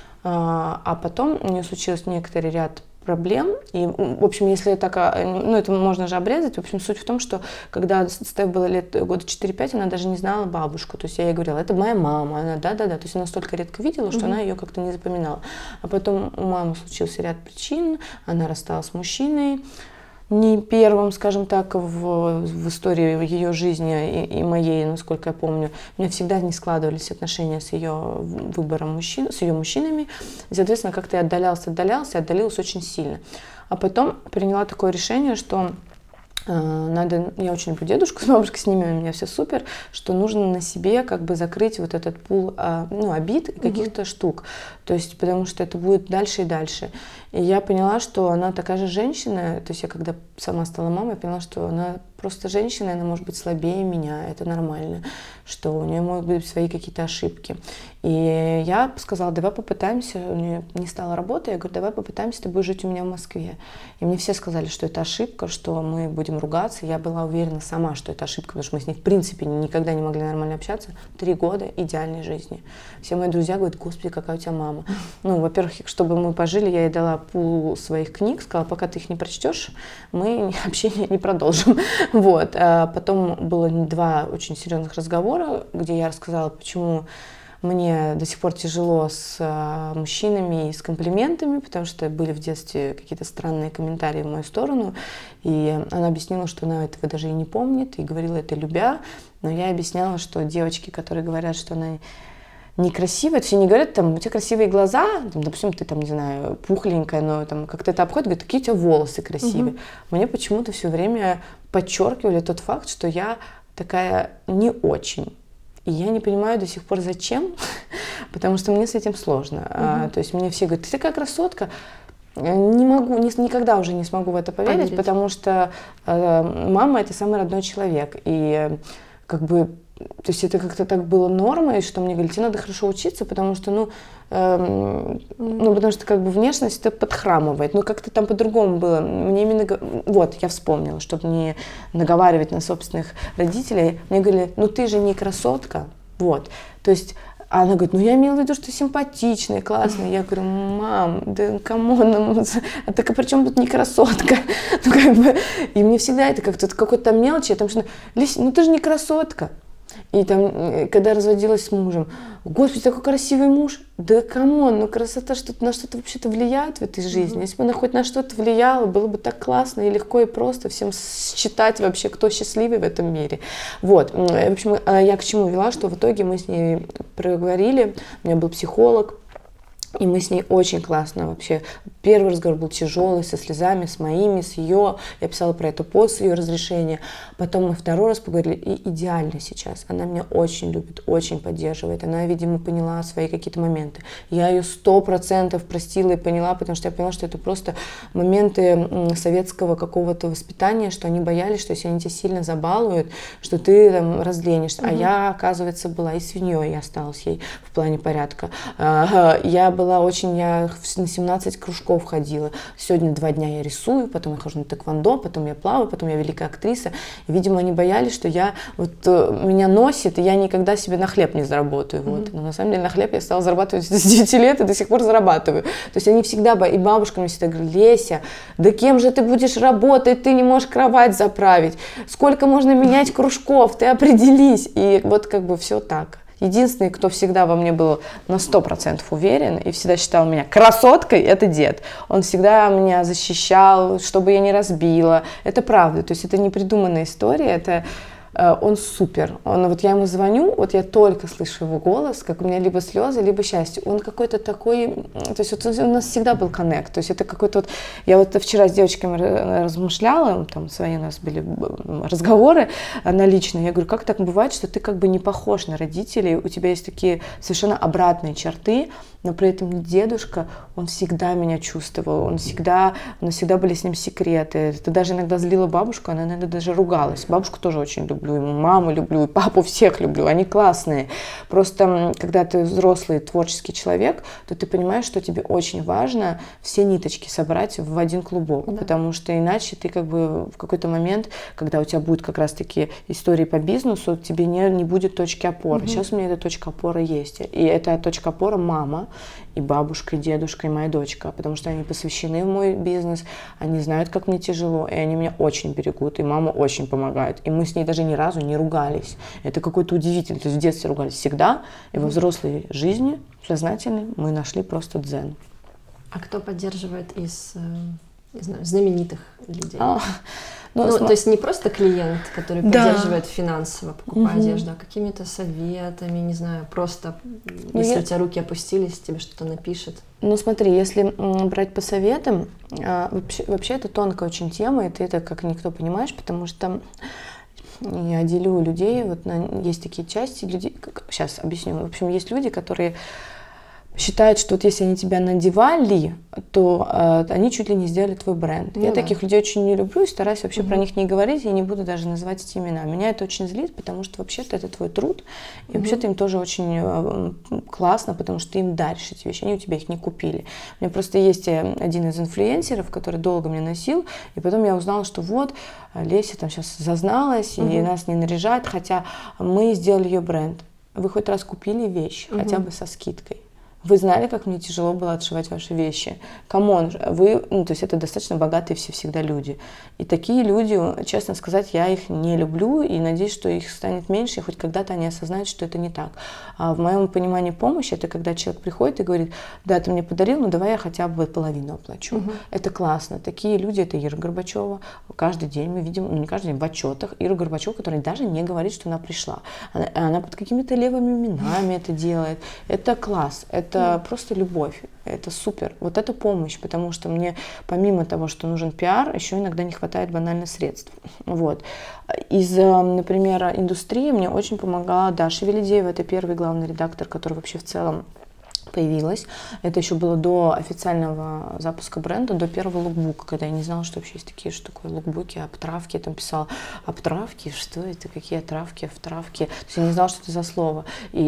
а потом у нее случилось некоторый ряд проблем. И, в общем, если так, ну, это можно же обрезать. В общем, суть в том, что когда Стеф было лет года 4-5, она даже не знала бабушку. То есть я ей говорила, это моя мама. Она, да. То есть она настолько редко видела, что она ее как-то не запоминала. А потом у мамы случился ряд причин. Она рассталась с мужчиной. Не первым, скажем так, в истории ее жизни и моей, насколько я помню, у меня всегда не складывались отношения с ее выбором мужчин, с ее мужчинами. И, соответственно, как-то я отдалилась очень сильно. А потом приняла такое решение, что я очень люблю дедушку с бабушкой, с ними у меня все супер, что нужно на себе как бы закрыть вот этот пул обид и каких-то штук, то есть потому что это будет дальше и дальше. И я поняла, что она такая же женщина, то есть я когда сама стала мамой, я поняла, что она просто женщина, она может быть слабее меня, это нормально, что у нее могут быть свои какие-то ошибки. И я сказала, давай попытаемся, у нее не стало работы, я говорю, давай попытаемся, ты будешь жить у меня в Москве. И мне все сказали, что это ошибка, что мы будем ругаться. Я была уверена сама, что это ошибка, потому что мы с ней в принципе никогда не могли нормально общаться. 3 года идеальной жизни. Все мои друзья говорят, господи, какая у тебя мама. Ну, во-первых, чтобы мы пожили, я ей дала пул своих книг, сказала, пока ты их не прочтешь, мы общение не продолжим. Вот. А потом было 2 очень серьезных разговора, где я рассказала, почему мне до сих пор тяжело с мужчинами и с комплиментами, потому что были в детстве какие-то странные комментарии в мою сторону. И она объяснила, что она этого даже и не помнит, и говорила это любя. Но я объясняла, что девочки, которые говорят, что она некрасивая, то есть они говорят, там, у тебя красивые глаза, там, допустим, ты там, не знаю, пухленькая, но там как-то это обходит, говорят, какие у тебя волосы красивые. Мне почему-то все время подчеркивали тот факт, что я такая не очень. И я не понимаю до сих пор, зачем, потому что мне с этим сложно. То есть мне все говорят, ты такая красотка. Не могу, никогда уже не смогу в это поверить, потому что мама – это самый родной человек. И как бы, то есть это как-то так было нормой, что мне говорили, тебе надо хорошо учиться, потому что, ну, потому что как бы внешность это подхрамывает, но как-то там по-другому было. Мне именно, вот, я вспомнила, чтобы не наговаривать на собственных родителей, мне говорили, ну ты же не красотка, вот, то есть она говорит, ну я имела в виду, что симпатичная, классная. Я говорю, мам, да камон, а так при чем тут не красотка? Ну как бы, и мне всегда это как-то какой-то там мелочи, потому что, Леся, ну ты же не красотка. И там, когда разводилась с мужем, господи, такой красивый муж. Да камон, ну красота на что-то вообще-то влияет в этой жизни. Если бы она хоть на что-то влияла, было бы так классно и легко и просто всем считать вообще, кто счастливый в этом мире. Вот, в общем, я к чему вела, что в итоге мы с ней проговорили, у меня был психолог, и мы с ней очень классно вообще. Первый разговор был тяжелый, со слезами, с моими, с ее. Я писала про это после ее разрешения. Потом мы второй раз поговорили, и идеально сейчас. Она меня очень любит, очень поддерживает. Она, видимо, поняла свои какие-то моменты. Я ее 100% простила и поняла, потому что я поняла, что это просто моменты советского какого-то воспитания, что они боялись, что если они тебя сильно забалуют, что ты там разленишься. А я, оказывается, была и свиньей, я осталась ей в плане порядка. Я на 17 кружков ходила. Сегодня 2 дня я рисую, потом я хожу на тэквондо, потом я плаваю, потом я великая актриса. И, видимо, они боялись, что меня носит, и я никогда себе на хлеб не заработаю. Вот. Но на самом деле на хлеб я стала зарабатывать с 9 лет и до сих пор зарабатываю. То есть они всегда, и бабушка мне всегда говорит, Леся, да кем же ты будешь работать, ты не можешь кровать заправить, сколько можно менять кружков, ты определись. И вот как бы все так. Единственный, кто всегда во мне был на 100% уверен и всегда считал меня красоткой, это дед. Он всегда меня защищал, чтобы я не разбила. Это правда, то есть это не придуманная история, это он супер. Вот я ему звоню, вот я только слышу его голос, как у меня либо слезы, либо счастье. Он какой-то такой, то есть вот у нас всегда был коннект, то есть это какой-то я вот вчера с девочками размышляла, там свои у нас были разговоры на личные, я говорю, как так бывает, что ты как бы не похож на родителей, у тебя есть такие совершенно обратные черты, но при этом дедушка, он всегда меня чувствовал, у нас всегда были с ним секреты. Это даже иногда злила бабушку, она иногда даже ругалась. Бабушку тоже очень люблю, и маму люблю, и папу всех люблю, они классные. Просто, когда ты взрослый творческий человек, то ты понимаешь, что тебе очень важно все ниточки собрать в один клубок, да. Потому что иначе ты как бы в какой-то момент, когда у тебя будут как раз-таки истории по бизнесу, тебе не будет точки опоры. Сейчас у меня эта точка опоры есть, и эта точка опоры мама, и бабушка, и дедушка, и моя дочка, потому что они посвящены в мой бизнес, они знают, как мне тяжело, и они меня очень берегут, и мама очень помогает, и мы с ней даже ни разу не ругались. Это какой-то удивительный, то есть в детстве ругались всегда, и во взрослой жизни, сознательной, мы нашли просто дзен. А кто поддерживает из, не знаю, знаменитых людей? То есть не просто клиент, который поддерживает финансово, покупая одежду, а какими-то советами, не знаю, просто если у тебя руки опустились, тебе что-то напишет. Ну смотри, если брать по советам, вообще это тонкая очень тема, и ты это как никто понимаешь, потому что я делю людей, есть такие части людей, сейчас объясню, в общем, есть люди, которые считают, что вот если они тебя надевали, то они чуть ли не сделали твой бренд. Я таких людей очень не люблю и стараюсь вообще про них не говорить, и не буду даже называть эти имена. Меня это очень злит, потому что вообще-то это твой труд, и вообще-то им тоже очень классно, потому что ты им даришь эти вещи, они у тебя их не купили. У меня просто есть один из инфлюенсеров, который долго мне носил, и потом я узнала, что вот Леся там сейчас зазналась, и нас не наряжает, хотя мы сделали ее бренд. Вы хоть раз купили вещь, хотя бы со скидкой? Вы знали, как мне тяжело было отшивать ваши вещи? Камон, то есть это достаточно богатые все всегда люди. И такие люди, честно сказать, я их не люблю и надеюсь, что их станет меньше, и хоть когда-то они осознают, что это не так. А в моем понимании помощь, это когда человек приходит и говорит, да, ты мне подарил, ну давай я хотя бы половину оплачу. Это классно. Такие люди, это Ира Горбачева. Каждый день мы видим, не каждый день, в отчетах Ира Горбачева, которая даже не говорит, что она пришла. Она под какими-то левыми именами это делает. Это класс. Это просто любовь, это супер. Вот это помощь, потому что мне помимо того, что нужен пиар, еще иногда не хватает банально средств. Вот. Из, например, индустрии мне очень помогала Даша Велидеева, это первый главный редактор, который вообще в целом появилась. Это еще было до официального запуска бренда, до первого лукбука, когда я не знала, что вообще есть такие, что такое лукбуки, обтравки. Я там писала обтравки, что это, какие травки, втравки. То есть я не знала, что это за слово.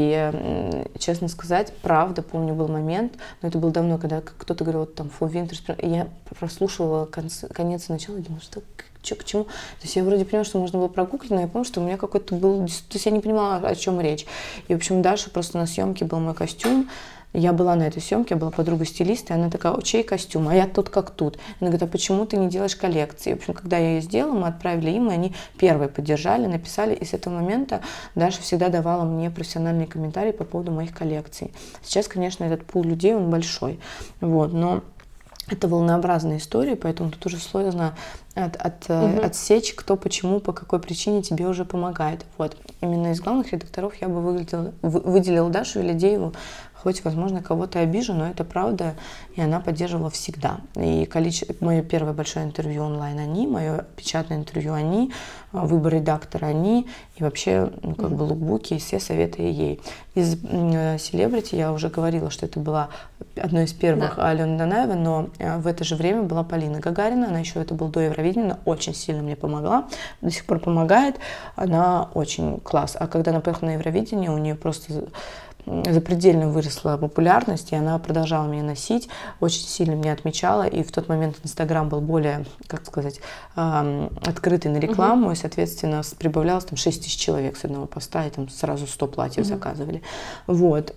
И, честно сказать, правда, помню, был момент, но это было давно, когда кто-то говорил, вот там, Fall Winter Spring, и я прослушивала конец и начало, и думала, что к чему. То есть я вроде поняла, что можно было прогуглить, но я помню, что у меня какой-то был... То есть я не понимала, о чем речь. И, в общем, Даша просто на съемке был мой костюм. Я была на этой съемке, я была подругой стилиста, и она такая: чей костюм? А я тут как тут. Она говорит: а почему ты не делаешь коллекции? И, в общем, когда я ее сделала, мы отправили им, и они первые поддержали, написали. И с этого момента Даша всегда давала мне профессиональные комментарии по поводу моих коллекций. Сейчас, конечно, этот пул людей, он большой. Вот, но это волнообразная история, поэтому тут уже сложно отсечь, кто, почему, по какой причине тебе уже помогает. Вот. Именно из главных редакторов я бы выделила Дашу Велидееву. Хоть, возможно, кого-то обижу, но это правда, и она поддерживала всегда. И мое первое большое интервью онлайн они, мое печатное интервью они, выбор редактора они, и вообще, лукбуки, и все советы ей. Из селебрити я уже говорила, что это была одной из первых Алена Данаева, но в это же время была Полина Гагарина, она еще, это был до Евровидения, она очень сильно мне помогла, до сих пор помогает, она очень класс. А когда она поехала на Евровидение, у нее просто запредельно выросла популярность, и она продолжала меня носить, очень сильно меня отмечала, и в тот момент Инстаграм был более, как сказать, открытый на рекламу, и, соответственно, прибавлялось там 6 тысяч человек с одного поста, и там сразу 100 платьев заказывали. Вот.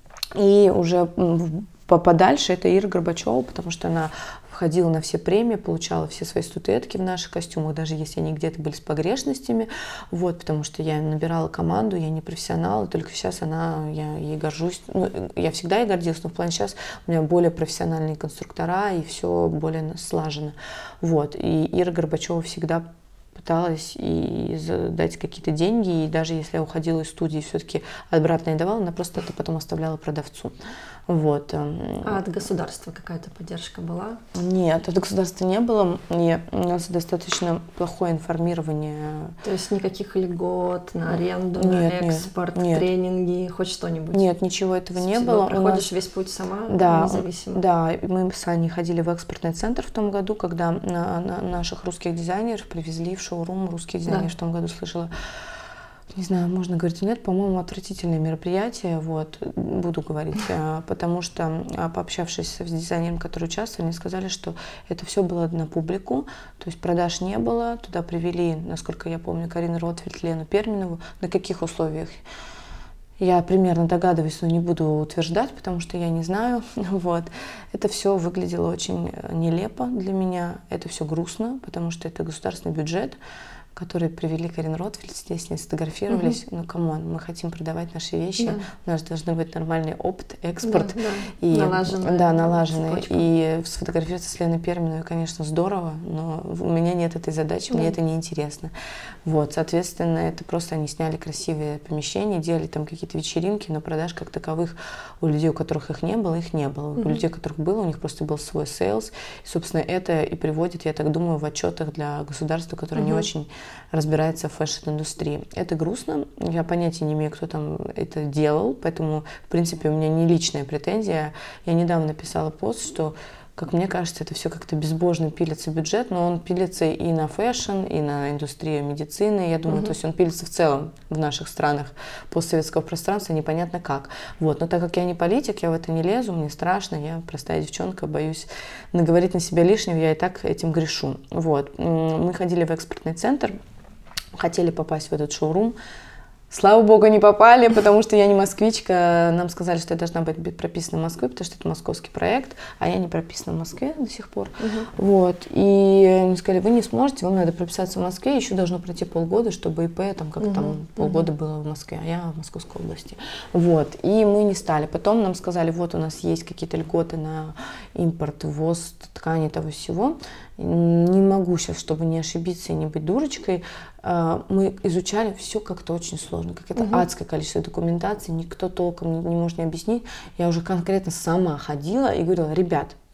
И уже подальше это Ира Горбачева, потому что она ходила на все премии, получала все свои статуэтки в наших костюмах, даже если они где-то были с погрешностями, вот, потому что я набирала команду, я не профессионал, и только сейчас я ей горжусь, я всегда ей гордилась, но в плане сейчас у меня более профессиональные конструктора, и все более слажено, вот, и Ира Горбачева всегда пыталась и дать какие-то деньги, и даже если я уходила из студии, все-таки обратно не давала, она просто это потом оставляла продавцу. Вот. А от государства какая-то поддержка была? Нет, от государства не было. И у нас достаточно плохое информирование. То есть никаких льгот на аренду, нет, на экспорт, нет. Тренинги, хоть что-нибудь? Нет, ничего этого не было. Проходишь весь путь сама, независимо? Да, мы с Аней ходили в экспортный центр в том году, когда наших русских дизайнеров привезли в шоурум русских дизайнеров. В том году слышала, не знаю, можно говорить или нет, по-моему, отвратительное мероприятие, вот, буду говорить, потому что, пообщавшись с дизайнером, которые участвовали, они сказали, что это все было на публику, то есть продаж не было, туда привели, насколько я помню, Карину Ротфельд, Лену Перминову, на каких условиях? Я примерно догадываюсь, но не буду утверждать, потому что я не знаю. Вот. Это все выглядело очень нелепо для меня, это все грустно, потому что это государственный бюджет, которые привели Карину Ротфельд, здесь с ней сфотографировались. Ну, камон, мы хотим продавать наши вещи, у нас должны быть нормальный опыт, экспорт. И, налаженный. И сфотографироваться с Леной Перминовой, конечно, здорово, но у меня нет этой задачи, мне это неинтересно. Вот, соответственно, это просто они сняли красивые помещения, делали там какие-то вечеринки, но продаж как таковых у людей, у которых их не было, их не было. У людей, у которых было, у них просто был свой сейлс. И, собственно, это и приводит, я так думаю, в отчетах для государства, которое не очень разбирается в фэшн-индустрии. Это грустно, я понятия не имею, кто там это делал, поэтому, в принципе, у меня не личная претензия. Я недавно написала пост, что, как мне кажется, это все как-то безбожно пилится бюджет, но он пилится и на фэшн, и на индустрию медицины. Я думаю, то есть он пилится в целом в наших странах постсоветского пространства, непонятно как. Вот. Но так как я не политик, я в это не лезу, мне страшно, я простая девчонка, боюсь наговорить на себя лишнего, я и так этим грешу. Вот. Мы ходили в экспортный центр, хотели попасть в этот шоурум. Слава богу, не попали, потому что я не москвичка. Нам сказали, что я должна быть прописана в Москве, потому что это московский проект, а я не прописана в Москве до сих пор. Вот. И они сказали, вы не сможете, вам надо прописаться в Москве, еще должно пройти полгода, чтобы ИП, там, как там полгода было в Москве, а я в Московской области. Вот. И мы не стали. Потом нам сказали, вот у нас есть какие-то льготы на импорт, ввоз ткани, того всего. Не могу сейчас, чтобы не ошибиться и не быть дурочкой, мы изучали все как-то очень сложно, какое-то адское количество документации, никто толком не может мне объяснить. Я уже конкретно сама ходила и говорила, ребят,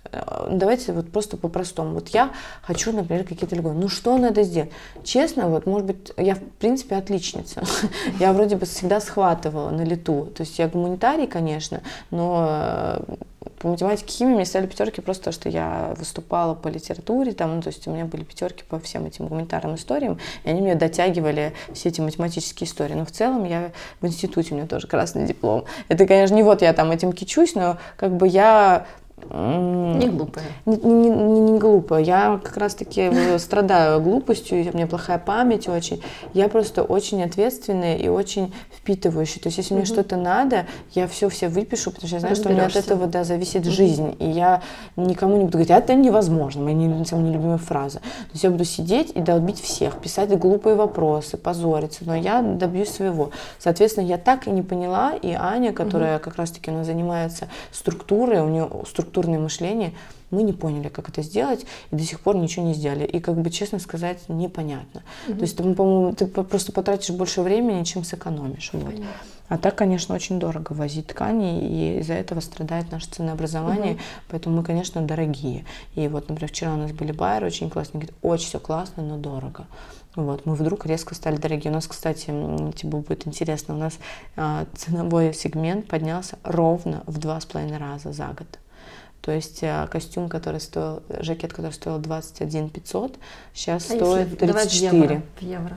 давайте вот просто по-простому. Вот я хочу, например, какие-то льготы. Ну что надо сделать? Честно, вот, может быть, я в принципе отличница. Я вроде бы всегда схватывала на лету. То есть я гуманитарий, конечно, но по математике, химии мне ставили пятерки просто то, что я выступала по литературе, там, ну, то есть у меня были пятерки по всем этим гуманитарным историям, и они мне дотягивали все эти математические истории. Но в целом я в институте, у меня тоже красный диплом. Это, конечно, не вот я там этим кичусь, но как бы я... Не глупая. Не глупая. Я как раз-таки страдаю глупостью, у меня плохая память очень. Я просто очень ответственная и очень впитывающая. То есть если мне что-то надо, я все выпишу, потому что я знаю, что у меня от этого зависит жизнь. И я никому не буду говорить, это невозможно, моя нелюбимая фраза. То есть я буду сидеть и долбить всех, писать глупые вопросы, позориться, но я добьюсь своего. Соответственно, я так и не поняла, и Аня, которая как раз-таки она занимается структурой, у нее структурное мышление, мы не поняли, как это сделать, и до сих пор ничего не сделали. И, как бы, честно сказать, непонятно. То есть, по-моему, ты просто потратишь больше времени, чем сэкономишь. Вот. А так, конечно, очень дорого возить ткани, и из-за этого страдает наше ценообразование, поэтому мы, конечно, дорогие. И вот, например, вчера у нас были байеры очень классные, говорят, очень все классно, но дорого. Вот, мы вдруг резко стали дорогие. У нас, кстати, тебе будет интересно, у нас ценовой сегмент поднялся ровно в 2,5 раза за год. То есть костюм, который стоил, жакет, который стоил 21 500, сейчас стоит 34. В евро.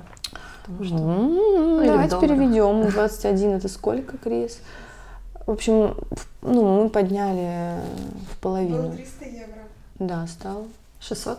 Давайте переведем. 21 это сколько, Крис? В общем, мы подняли в половину. Было 300 евро. Да, стал. 600?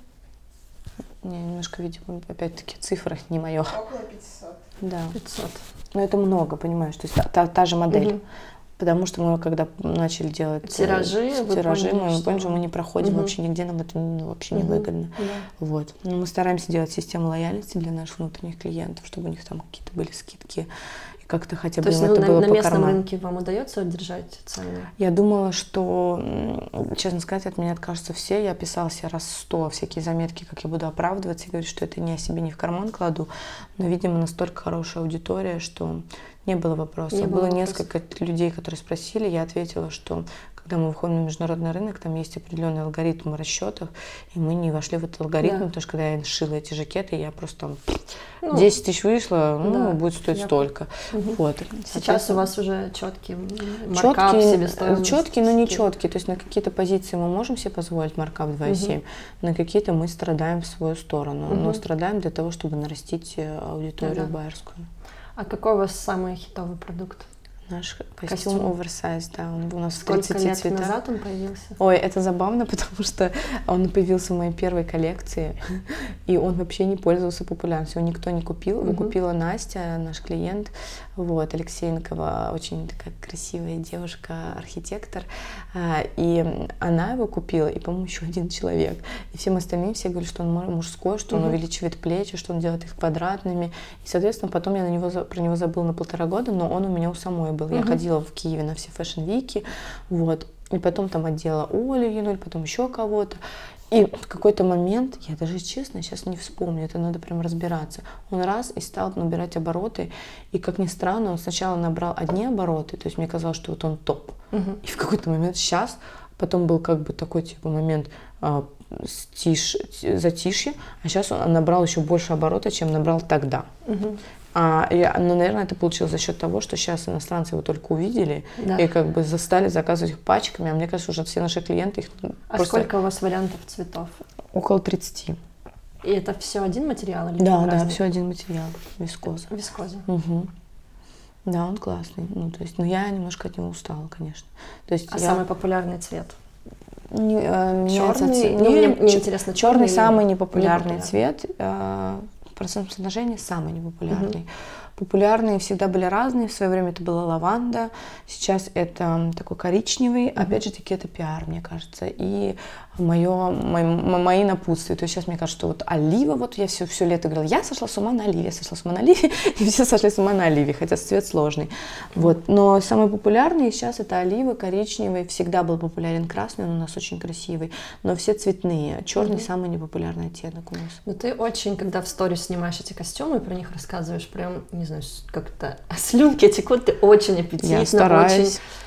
Не, немножко, видимо, опять-таки, цифры не мое. Около 500. Да. 500. Но это много, понимаешь, то есть та же модель. Потому что мы, когда начали делать тиражи, мы поняли, что мы не проходим вообще нигде, нам это вообще не выгодно. Вот. Но мы стараемся делать систему лояльности для наших внутренних клиентов, чтобы у них там какие-то были скидки. И как-то хотя бы им это было на по местном карману. рынке вам удается удержать цены? Я думала, что, честно сказать, от меня откажутся все. Я писала себе раз 100 всякие заметки, как я буду оправдываться и говорить, что это не о себе, не в карман кладу. Но, видимо, настолько хорошая аудитория, что не было вопросов. Было несколько людей, которые спросили. Я ответила, что когда мы выходим на международный рынок, там есть определенный алгоритм расчетов, и мы не вошли в этот алгоритм, потому что когда я шила эти жакеты, я просто там 10 тысяч вышло, будет стоить столько. Вот. Сейчас у вас уже четкий маркап, себестоимость. Четкий, но не четкий. То есть на какие-то позиции мы можем себе позволить маркап 2,7, на какие-то мы страдаем в свою сторону. Но страдаем для того, чтобы нарастить аудиторию байерскую. А какой у вас самый хитовый продукт? Наш костюм оверсайз, да, он у нас Сколько в 30 лет цветах. назад он появился? Ой, это забавно, потому что он появился в моей первой коллекции, и он вообще не пользовался популярностью, его никто не купил, его купила Настя, наш клиент, вот, Алексеенкова, очень такая красивая девушка, архитектор, и она его купила, и, по-моему, еще один человек, и всем остальным все говорят, что он мужской, что он увеличивает плечи, что он делает их квадратными, и, соответственно, потом я про него забыла на 1,5 года, но он у меня у самой был. Я ходила в Киеве на все фэшн-вики, вот, и потом там отдела Олю Януль, потом еще кого-то. И в какой-то момент, я даже честно сейчас не вспомню, это надо прям разбираться, он раз и стал набирать обороты, и как ни странно, он сначала набрал одни обороты, то есть мне казалось, что вот он топ, и в какой-то момент сейчас, потом был как бы такой типа момент затишье, а сейчас он набрал еще больше оборота, чем набрал тогда. Но, наверное, это получилось за счет того, что сейчас иностранцы его только увидели и как бы стали заказывать их пачками, а мне кажется, уже все наши клиенты их просто... сколько у вас вариантов цветов? Около 30. И это все один материал? Или да, все один материал, вискоза. Вискоза. Да, он классный. Я немножко от него устала, конечно. То есть самый популярный цвет? Черный. Мне интересно, черный самый непопулярный цвет. В процентном соотношении самый непопулярный. Популярные всегда были разные. В свое время это была лаванда, сейчас это такой коричневый. Опять же таки, это пиар, мне кажется. И мои напутствия. То есть сейчас мне кажется, что вот олива, вот я все лето говорила, я сошла с ума на оливе, и все сошли с ума на оливе, хотя цвет сложный. Вот. Но самый популярный сейчас это олива, коричневый. Всегда был популярен красный, он у нас очень красивый. Но все цветные. Черный самый непопулярный оттенок у нас. Но ты очень, когда в сторис снимаешь эти костюмы, про них рассказываешь, прям, не знаю, как-то слюнки текут, ты очень аппетитно, я стараюсь.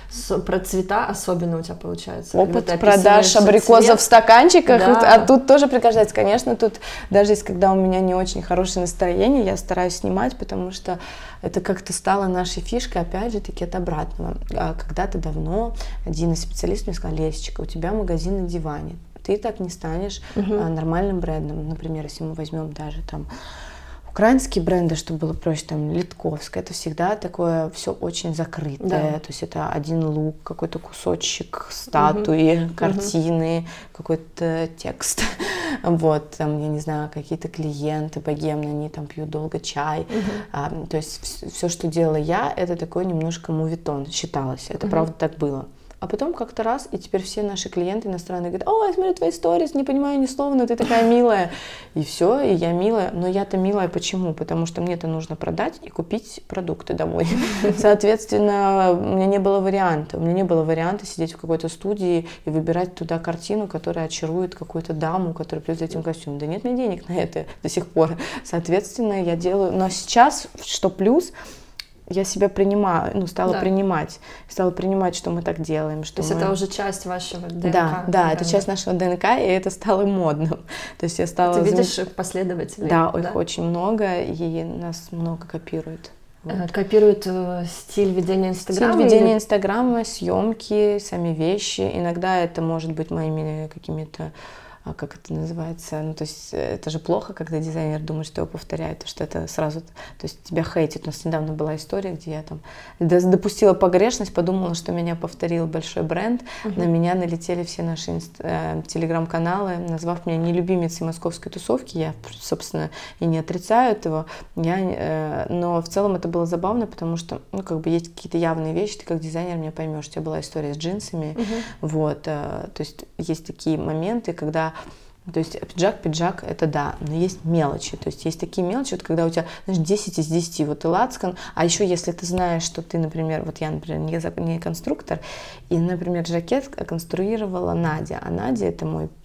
про цвета особенно у тебя получается. Опыт продаж абрикосов в стаканчиках, да. А тут тоже пригождается. Конечно, тут даже если когда у меня не очень хорошее настроение, я стараюсь снимать, потому что это как-то стало нашей фишкой, опять же таки, от обратного. Когда-то давно один из специалистов мне сказал: Лесечка, у тебя магазин на диване, ты так не станешь нормальным брендом. Например, если мы возьмем даже там украинские бренды, чтобы было проще, там Литковская, это всегда такое все очень закрытое, то есть это один лук, какой-то кусочек статуи, картины, какой-то текст, вот, там, я не знаю, какие-то клиенты богемные, они там пьют долго чай, то есть все, что делала я, это такой немножко мувитон считалось, это правда так было. А потом как-то раз, и теперь все наши клиенты иностранные говорят: о, я смотрю твои сторис, не понимаю ни слова, но ты такая милая. И все, и я милая. Но я-то милая почему? Потому что мне-то нужно продать и купить продукты домой. Соответственно, у меня не было варианта. У меня не было варианта сидеть в какой-то студии и выбирать туда картину, которая очарует какую-то даму, которая придет за этим костюмом. Да нет мне денег на это до сих пор. Соответственно, я делаю... Но сейчас, что плюс... Я себя принимаю, стала принимать, что мы так делаем. Что то есть это уже часть вашего ДНК? Да, это часть нашего ДНК, и это стало модным. То есть я стала... Ты видишь последователей? Да, их очень много, и нас много копируют. Вот. Копируют стиль ведения Инстаграма? Стиль ведения Инстаграма, съемки, сами вещи. Иногда это может быть моими какими-то... как это называется, то есть это же плохо, когда дизайнер думает, что его повторяет, что это сразу, то есть тебя хейтит. У нас недавно была история, где я там допустила погрешность, подумала, что меня повторил большой бренд, на меня налетели все наши телеграм-каналы, назвав меня нелюбимицей московской тусовки. Я, собственно, и не отрицаю этого, но в целом это было забавно, потому что, есть какие-то явные вещи, ты как дизайнер меня поймешь. У тебя была история с джинсами, вот, то есть есть такие моменты, когда... То есть пиджак, это да, но есть мелочи. То есть есть такие мелочи, вот когда у тебя, 10 из 10, вот и лацкан, а еще если ты знаешь, что ты, например, вот я, например, не конструктор, и, например, жакет конструировала Надя, а Надя это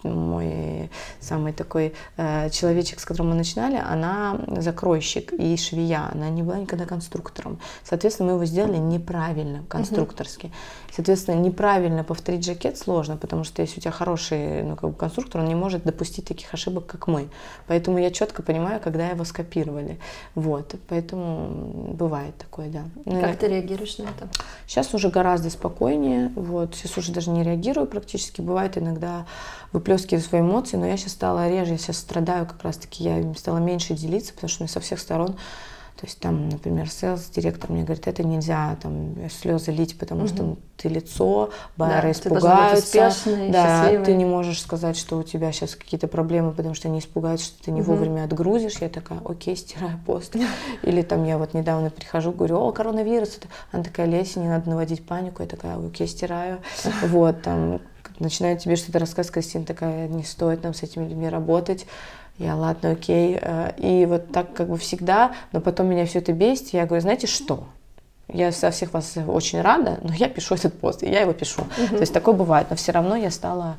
мой самый такой человечек, с которым мы начинали, она закройщик и швея, она не была никогда конструктором. Соответственно, мы его сделали неправильно, конструкторски. Соответственно, неправильно повторить жакет сложно, потому что если у тебя хороший конструктор, он не может допустить таких ошибок, как мы. Поэтому я четко понимаю, когда его скопировали. Вот. Поэтому бывает такое, да. Как ты реагируешь на это? Сейчас уже гораздо спокойнее. Вот. Сейчас уже даже не реагирую практически. Бывает иногда выплескиваю свои эмоции, но я сейчас стала реже, я сейчас страдаю как раз-таки, я стала меньше делиться, потому что мне со всех сторон... То есть там, например, селс-директор мне говорит: это нельзя там слезы лить, потому что ты лицо, байеры испугаются. Да, ты не можешь сказать, что у тебя сейчас какие-то проблемы, потому что они испугаются, что ты не вовремя отгрузишь. Я такая: окей, стираю пост. Или там я вот недавно прихожу, говорю: о, коронавирус. Она такая: Леся, не надо наводить панику. Я такая: окей, стираю. Вот, там начинает тебе что-то рассказывать, Кристина такая: не стоит нам с этими людьми работать. Я: ладно, окей. И вот так всегда, но потом меня все это бесит. Я говорю: знаете что? Я со всех вас очень рада, но я пишу этот пост, и я его пишу. То есть такое бывает, но все равно я стала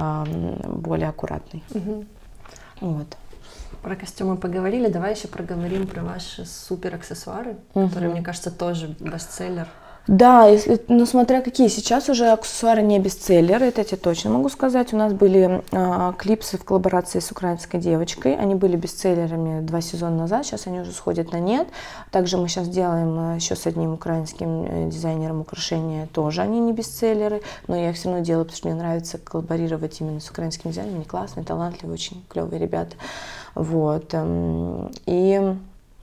более аккуратной. Вот. Про костюмы поговорили, давай еще проговорим про ваши супер аксессуары, которые, мне кажется, тоже бестселлер. Да, смотря какие. Сейчас уже аксессуары не бестселлеры, это я тебе точно могу сказать. У нас были клипсы в коллаборации с украинской девочкой. Они были бестселлерами 2 сезона назад, сейчас они уже сходят на нет. Также мы сейчас делаем еще с одним украинским дизайнером украшения, тоже они не бестселлеры, но я их все равно делаю, потому что мне нравится коллаборировать именно с украинскими дизайнерами. Они классные, талантливые, очень клевые ребята. Вот. И...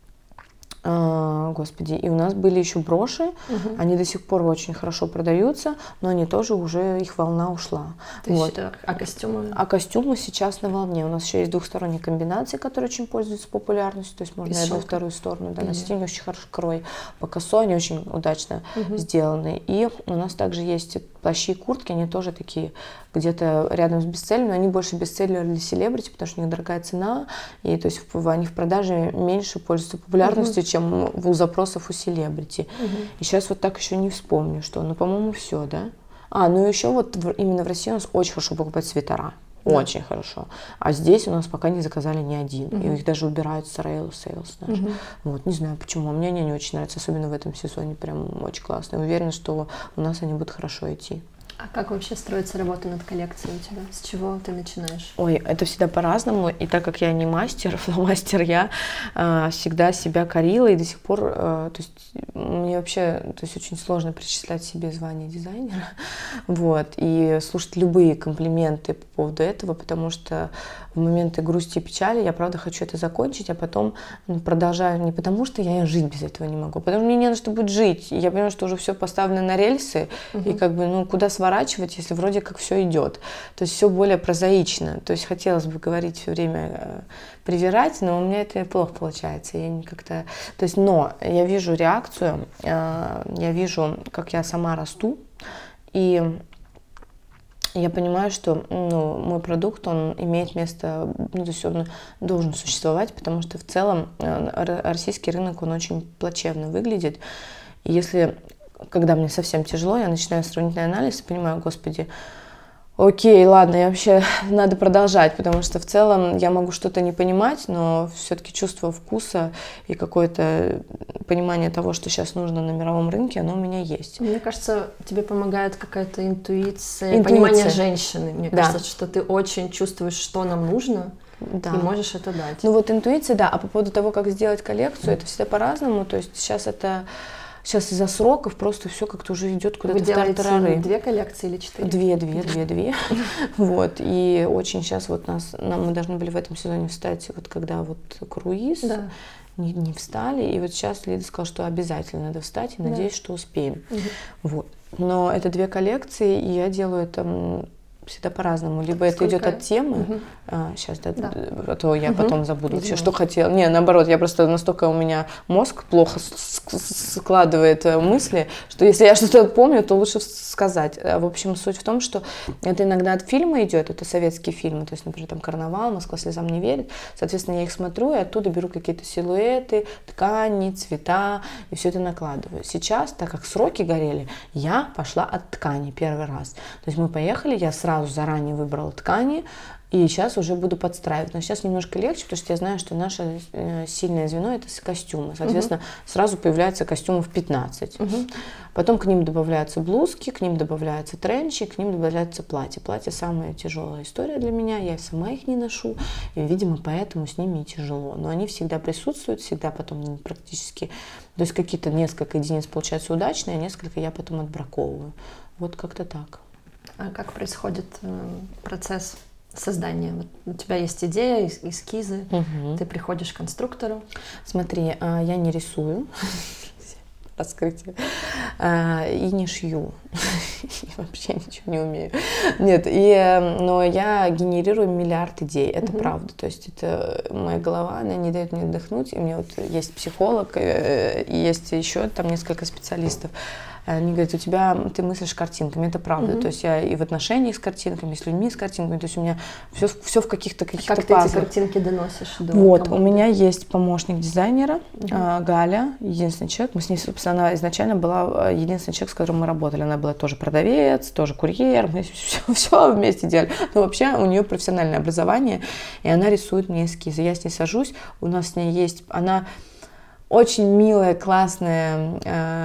Господи, и у нас были еще броши, они до сих пор очень хорошо продаются, но они тоже уже, их волна ушла. Вот. А костюмы? А костюмы сейчас на волне. У нас еще есть двухсторонние комбинации, которые очень пользуются популярностью, то есть можно и одну, вторую сторону, да, носить, они очень хороший крой. По косой они очень удачно сделаны. И у нас также есть плащи и куртки, они тоже такие где-то рядом с бестселлерами, они больше бестселлеры для селебрити, потому что у них дорогая цена, и то есть они в продаже меньше пользуются популярностью, чем у запросов у селебрити. И сейчас вот так еще не вспомню, что, по-моему, все, да? Ну еще вот именно в России у нас очень хорошо покупают свитера. Очень хорошо. А здесь у нас пока не заказали ни один. И их даже убирают с Sales даже. Вот, не знаю почему. Мне они не очень нравятся, особенно в этом сезоне. Прям очень классно. Уверена, что у нас они будут хорошо идти. А как вообще строится работа над коллекцией у тебя? С чего ты начинаешь? Ой, это всегда по-разному. И так как я не мастер, фломастер, я всегда себя корила. И до сих пор, то есть мне вообще, то есть очень сложно причислять себе звание дизайнера. Вот. И слушать любые комплименты по поводу этого, потому что в моменты грусти и печали я, правда, хочу это закончить, а потом продолжаю не потому, что я жить без этого не могу, потому что мне не на что будет жить. И я понимаю, что уже все поставлено на рельсы, и как бы, ну, куда сворачивать, если вроде как все идет. То есть все более прозаично. То есть хотелось бы говорить все время, привирать, но у меня это плохо получается. Я не как-то... То есть, но я вижу реакцию, я вижу, как я сама расту, и я понимаю, что мой продукт, он имеет место, ну, то есть он должен существовать, потому что в целом российский рынок, он очень плачевно выглядит. И если, когда мне совсем тяжело, я начинаю сравнительный анализ и понимаю, господи, окей, ладно, я вообще надо продолжать, потому что в целом я могу что-то не понимать, но все-таки чувство вкуса и какое-то понимание того, что сейчас нужно на мировом рынке, оно у меня есть. Мне кажется, тебе помогает какая-то интуиция. Понимание женщины. Мне кажется, что ты очень чувствуешь, что нам нужно, и можешь это дать. Ну вот интуиция, да, а по поводу того, как сделать коллекцию, это всегда по-разному, то есть Сейчас из-за сроков просто все как-то уже идет куда-то в тартарары. 2 коллекции или 4? Две. Вот. И очень сейчас вот мы должны были в этом сезоне встать, вот когда вот круиз, не встали. И вот сейчас Лида сказала, что обязательно надо встать, и надеюсь, что успеем. Вот. Но это 2 коллекции, и я делаю это всегда по-разному. Либо это идет от темы, сейчас, а то я потом забуду вообще, что хотела. Не, наоборот, я просто настолько у меня мозг плохо складывает мысли, что если я что-то помню, то лучше сказать. В общем, суть в том, что это иногда от фильма идет, это советские фильмы, то есть, например, там «Карнавал», «Москва слезам не верит». Соответственно, я их смотрю, и оттуда беру какие-то силуэты, ткани, цвета, и все это накладываю. Сейчас, так как сроки горели, я пошла от ткани первый раз. То есть мы поехали, я сразу заранее выбрала ткани, и сейчас уже буду подстраивать. Но сейчас немножко легче, потому что я знаю, что наше сильное звено – это костюмы. Соответственно, сразу появляется костюмов 15. Потом к ним добавляются блузки, к ним добавляются тренчи, к ним добавляются платья. Платья – самая тяжелая история для меня, я сама их не ношу, и, видимо, поэтому с ними и тяжело. Но они всегда присутствуют, всегда потом практически, то есть какие-то несколько единиц получаются удачные, а несколько я потом отбраковываю. Вот как-то так. А как происходит процесс создания? Вот у тебя есть идея, эскизы, ты приходишь к конструктору. Смотри, я не рисую, раскрытие, и не шью, вообще ничего не умею. Нет, но я генерирую миллиард идей, это правда, то есть это моя голова, она не дает мне отдохнуть, и у меня вот есть психолог, и есть еще там несколько специалистов. Они говорят, ты мыслишь картинками, это правда. То есть я и в отношениях с картинками, и с людьми с картинками, то есть у меня все в каких-то пазлах. Как ты эти картинки доносишь до Вот, у меня есть помощник дизайнера, Галя, единственный человек. Мы с ней, собственно, она изначально была единственный человек, с которым мы работали. Она была тоже продавец, тоже курьер, мы все вместе делали. Но вообще у нее профессиональное образование, и она рисует мне эскизы. Я с ней сажусь, у нас с ней есть, она очень милая, классная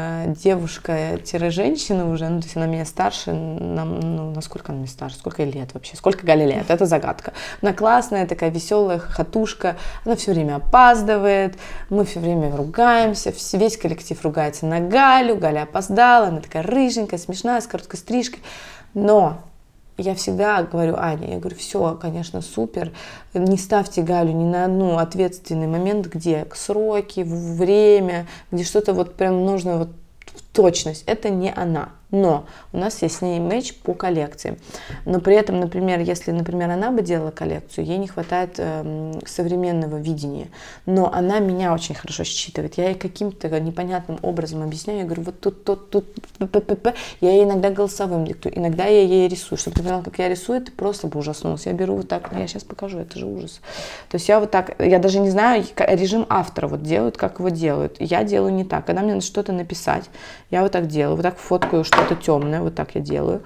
девушка-женщина уже, ну, то есть она меня старше, насколько она меня старше, сколько ей лет вообще, сколько Гале лет, это загадка. Она классная, такая веселая хохотушка, она все время опаздывает, мы все время ругаемся, весь коллектив ругается на Галю, Галя опоздала, она такая рыженькая, смешная, с короткой стрижкой, но я всегда говорю Ане, я говорю, все, конечно, супер, не ставьте Галю ни на одну ответственный момент, где сроки, время, где что-то вот прям нужно вот точность, это не она. Но у нас есть с ней мэч по коллекции. Но при этом, например, если, например, она бы делала коллекцию, ей не хватает современного видения. Но она меня очень хорошо считывает. Я ей каким-то непонятным образом объясняю. Я говорю, вот тут. Я ей иногда голосовым диктую, иногда я ей рисую. Чтобы ты поняла, как я рисую, ты просто бы ужаснулся. Я беру вот так, я сейчас покажу, это же ужас. То есть я вот так, я даже не знаю, режим автора вот делают, как его делают. Я делаю не так. Когда мне надо что-то написать, я вот так делаю, вот так фоткаю что-то темное, вот так я делаю.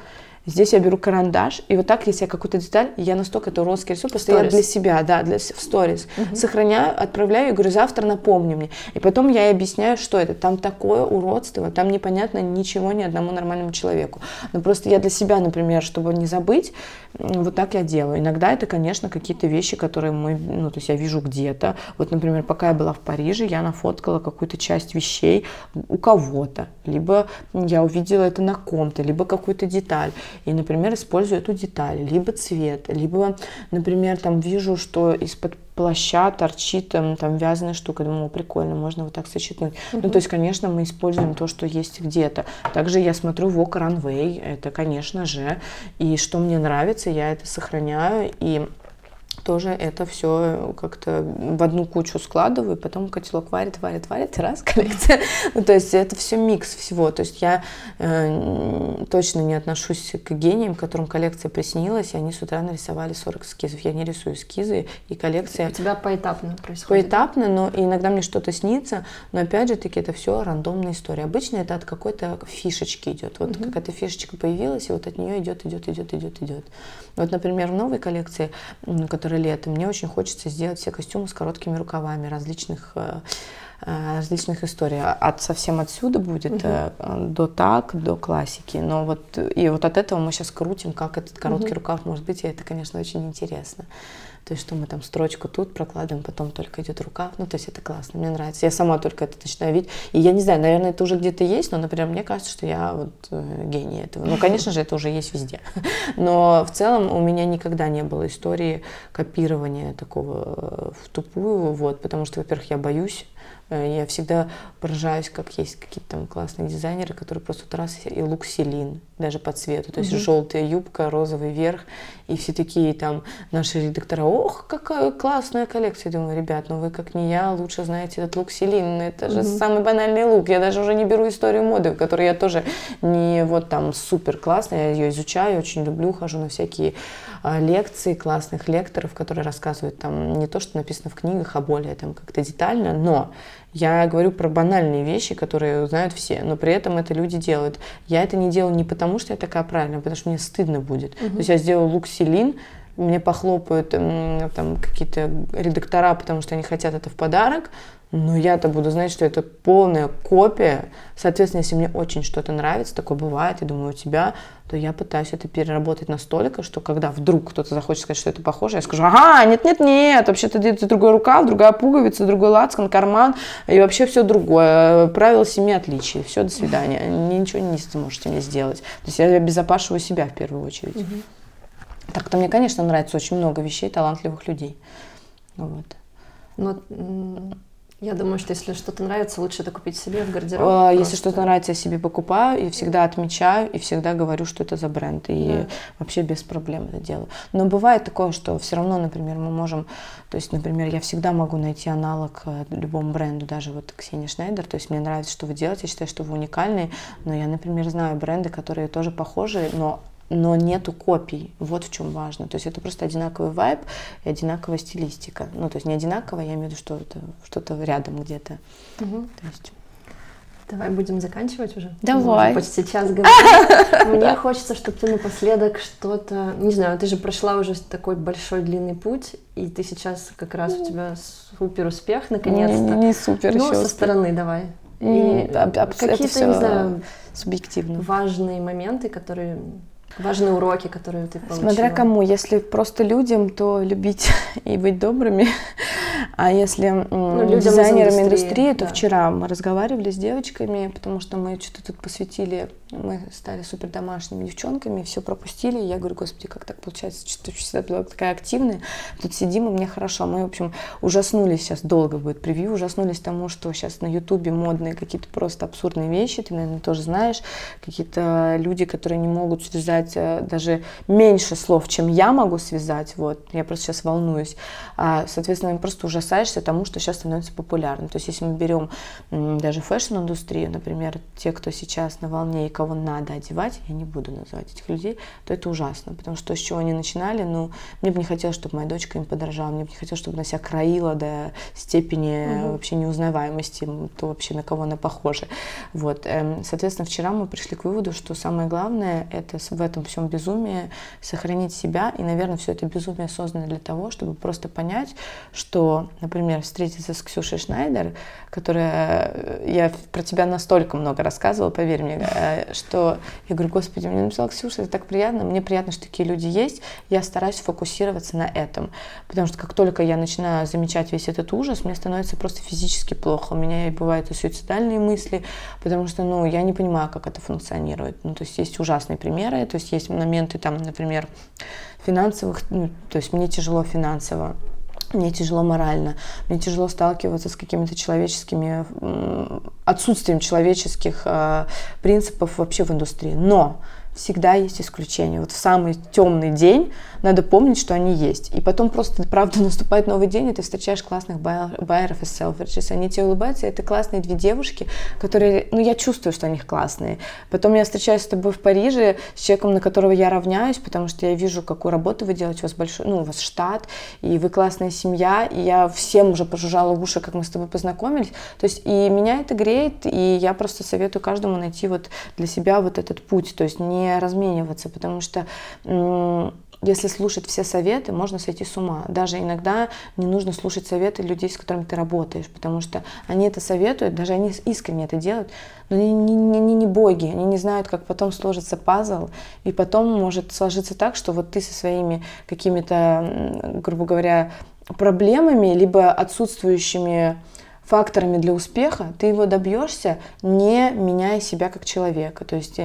здесь я беру карандаш, и вот так, если я какую-то деталь, я настолько это уродски рисую, просто я для себя, да, в сторис сохраняю, отправляю и говорю, завтра напомни мне. И потом я объясняю, что это. Там такое уродство, там непонятно ничего ни одному нормальному человеку. Но просто я для себя, например, чтобы не забыть, вот так я делаю. Иногда это, конечно, какие-то вещи, которые то есть я вижу где-то. Вот, например, пока я была в Париже, я нафоткала какую-то часть вещей у кого-то. Либо я увидела это на ком-то, либо какую-то деталь. И, например, использую эту деталь, либо цвет, либо, например, там вижу, что из-под плаща торчит там вязаная штука. Думаю, прикольно, можно вот так сочетать. Ну, то есть, конечно, мы используем то, что есть где-то. Также я смотрю Vogue Runway, это, конечно же. И что мне нравится, я это сохраняю. И тоже это все как-то в одну кучу складываю, потом котелок варит, и раз, коллекция. Ну, то есть это все микс всего. То есть я точно не отношусь к гениям, которым коллекция приснилась, и они с утра нарисовали 40 эскизов. Я не рисую эскизы, и коллекция... У тебя поэтапно происходит? Поэтапно, но иногда мне что-то снится, но опять же таки это все рандомная история. Обычно это от какой-то фишечки идет. Вот какая-то фишечка появилась, и вот от нее идет. Вот, например, в новой коллекции, которая лето, мне очень хочется сделать все костюмы с короткими рукавами различных историй. Совсем отсюда будет до классики. Но вот от этого мы сейчас крутим, как этот короткий рукав может быть, и это, конечно, очень интересно. То есть, что мы там строчку тут прокладываем, потом только идет рукав. Ну, то есть это классно, мне нравится. Я сама только это начинаю видеть. И я не знаю, наверное, это уже где-то есть, но, например, мне кажется, что я гений этого. Ну, конечно же, это уже есть везде. Но в целом у меня никогда не было истории копирования такого в тупую, потому что, во-первых, я боюсь. Я всегда поражаюсь, как есть какие-то там классные дизайнеры, которые просто раз и лук Селин, даже по цвету. То есть желтая юбка, розовый верх, и все такие там наши редактора, ох, какая классная коллекция. Я думаю, ребят, вы как не я лучше знаете этот лук Селин, это же самый банальный лук. Я даже уже не беру историю моды, в которой я тоже не супер классная, я ее изучаю, очень люблю, хожу на всякие лекции классных лекторов, которые рассказывают там не то, что написано в книгах, а более там как-то детально, но я говорю про банальные вещи, которые знают все, но при этом это люди делают. Я это не делаю не потому, что я такая правильная, а потому что мне стыдно будет. То есть я сделаю лук Селин, мне похлопают там какие-то редактора, потому что они хотят это в подарок, но я-то буду знать, что это полная копия. Соответственно, если мне очень что-то нравится, такое бывает, я думаю, у тебя, то я пытаюсь это переработать настолько, что когда вдруг кто-то захочет сказать, что это похоже, я скажу, ага, нет, вообще-то это другой рукав, другая пуговица, другой лацкан, карман, и вообще все другое. Правило 7 отличий. Все, до свидания. Ничего не сможете мне сделать. То есть я обезопашиваю себя в первую очередь. Так-то мне, конечно, нравится очень много вещей талантливых людей. Я думаю, что если что-то нравится, лучше это купить себе в гардероб. Если что-то нравится, я себе покупаю и всегда отмечаю, и всегда говорю, что это за бренд. И вообще без проблем это делаю. Но бывает такое, что все равно, например, мы можем... То есть, например, я всегда могу найти аналог любому бренду, даже Ксения Шнайдер. То есть мне нравится, что вы делаете, я считаю, что вы уникальные. Но я, например, знаю бренды, которые тоже похожи, но нету копий. Вот в чем важно. То есть это просто одинаковый вайб и одинаковая стилистика. То есть не одинаково, я имею в виду, что это что-то рядом где-то. То есть... Давай будем заканчивать уже. Давай. Мы уже почти час говорим. Мне хочется, чтобы ты напоследок что-то... Не знаю, ты же прошла уже такой большой длинный путь, и ты сейчас как раз у тебя супер успех, наконец-то. Не супер еще со успех. Стороны давай. Какие-то, не знаю, субъективно. Важные моменты, важные уроки, которые ты получила. Смотря кому. Если просто людям, то любить и быть добрыми. А если дизайнерам индустрии, то вчера мы разговаривали с девочками, потому что мы что-то тут посвятили, мы стали супер домашними девчонками, все пропустили. И я говорю, господи, как так получается, что всегда была такая активная. Тут сидим, и мне хорошо. Мы, в общем, ужаснулись, сейчас долго будет превью, ужаснулись тому, что сейчас на Ютубе модные какие-то просто абсурдные вещи, ты, наверное, тоже знаешь, какие-то люди, которые не могут связать даже меньше слов, чем я могу связать, я просто сейчас волнуюсь. Соответственно, мы просто ужаснулись бросаешься тому, что сейчас становится популярным. То есть если мы берем даже фэшн-индустрию, например, те, кто сейчас на волне и кого надо одевать, я не буду называть этих людей, то это ужасно, потому что с чего они начинали, мне бы не хотелось, чтобы моя дочка им подражала, мне бы не хотелось, чтобы она себя краила до степени вообще неузнаваемости, то вообще на кого она похожа. Вот. Соответственно, вчера мы пришли к выводу, что самое главное это в этом всем безумии сохранить себя, и, наверное, все это безумие создано для того, чтобы просто понять, что, например, встретиться с Ксюшей Шнайдер, которая, я про тебя настолько много рассказывала, поверь мне, что я говорю, господи, мне написала Ксюша, это так приятно, мне приятно, что такие люди есть, я стараюсь фокусироваться на этом, потому что как только я начинаю замечать весь этот ужас, мне становится просто физически плохо, у меня бывают и суицидальные мысли, потому что, я не понимаю, как это функционирует, то есть есть ужасные примеры, то есть есть моменты там, например, финансовых, то есть мне тяжело финансово, мне тяжело морально, мне тяжело сталкиваться с какими-то человеческими, отсутствием человеческих принципов вообще в индустрии. Но всегда есть исключения. Вот в самый темный день надо помнить, что они есть. И потом просто, правда, наступает новый день, и ты встречаешь классных байеров из Selfridges. Они тебе улыбаются, и это классные две девушки, которые, я чувствую, что они классные. Потом я встречаюсь с тобой в Париже, с человеком, на которого я равняюсь, потому что я вижу, какую работу вы делаете, у вас большой, у вас штат, и вы классная семья, и я всем уже пожужжала в уши, как мы с тобой познакомились. То есть и меня это греет, и я просто советую каждому найти вот для себя вот этот путь, то есть не размениваться, потому что если слушать все советы, можно сойти с ума. Даже иногда не нужно слушать советы людей, с которыми ты работаешь, потому что они это советуют, даже они искренне это делают, но они не боги, они не знают, как потом сложится пазл, и потом может сложиться так, что вот ты со своими какими-то, грубо говоря, проблемами, либо отсутствующими факторами для успеха, ты его добьешься, не меняя себя как человека, то есть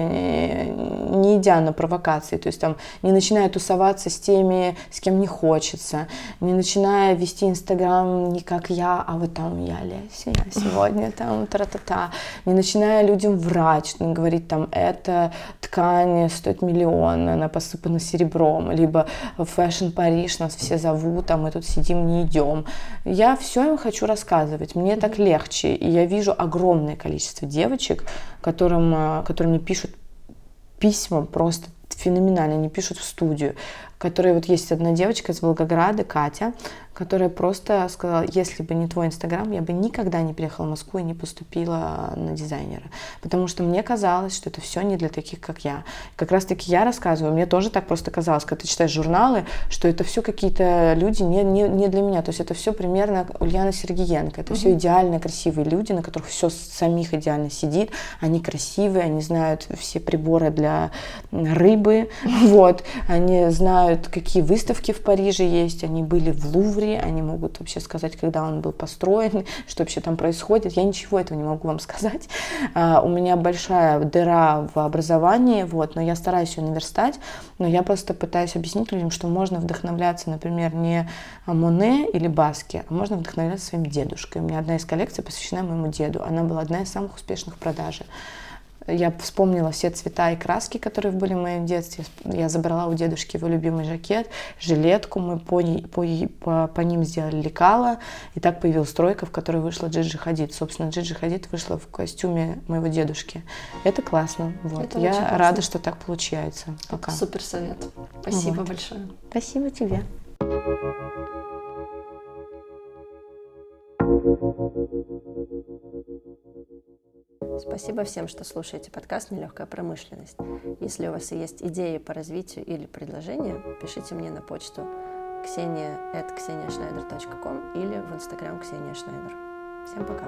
не идя на провокации, то есть там не начиная тусоваться с теми, с кем не хочется, не начиная вести Инстаграм не как я, а вот там я Леся, я сегодня там тра-та-та, не начиная людям врать, говорить там эта ткань стоит миллион, она посыпана серебром, либо Fashion Париж, нас все зовут, а мы тут сидим, не идем. Я все им хочу рассказывать, мне так легче, и я вижу огромное количество девочек, которым мне пишут письма просто феноменально, они пишут в студию, которые вот есть одна девочка из Волгограда, Катя, которая просто сказала, если бы не твой Инстаграм, я бы никогда не приехала в Москву и не поступила на дизайнера. Потому что мне казалось, что это все не для таких, как я. Как раз таки я рассказываю, мне тоже так просто казалось, когда ты читаешь журналы, что это все какие-то люди не для меня. То есть это все примерно Ульяна Сергеенко. Это все идеально красивые люди, на которых все самих идеально сидит. Они красивые, они знают все приборы для рыбы. Вот. Они знают, какие выставки в Париже есть. Они были в Лувре. Они могут вообще сказать, когда он был построен, что вообще там происходит. Я ничего этого не могу вам сказать. У меня большая дыра в образовании, вот, но я стараюсь ее наверстать. Но я просто пытаюсь объяснить людям, что можно вдохновляться, например, не Моне или Баски, а можно вдохновляться своим дедушкой. У меня одна из коллекций посвящена моему деду. Она была одна из самых успешных в продаже. Я вспомнила все цвета и краски, которые были в моем детстве. Я забрала у дедушки его любимый жакет, жилетку. Мы по ним сделали лекало. И так появилась стройка, в которой вышла Джиджи Хадид. Собственно, Джиджи Хадид вышла в костюме моего дедушки. Это классно. Вот. Это я рада, что так получается. Пока. Супер совет. Спасибо большое. Спасибо тебе. Спасибо всем, что слушаете подкаст «Нелегкая промышленность». Если у вас есть идеи по развитию или предложения, пишите мне на почту ksenia@kseniaschneider.com или в Инстаграм Ксения Шнайдер. Всем пока!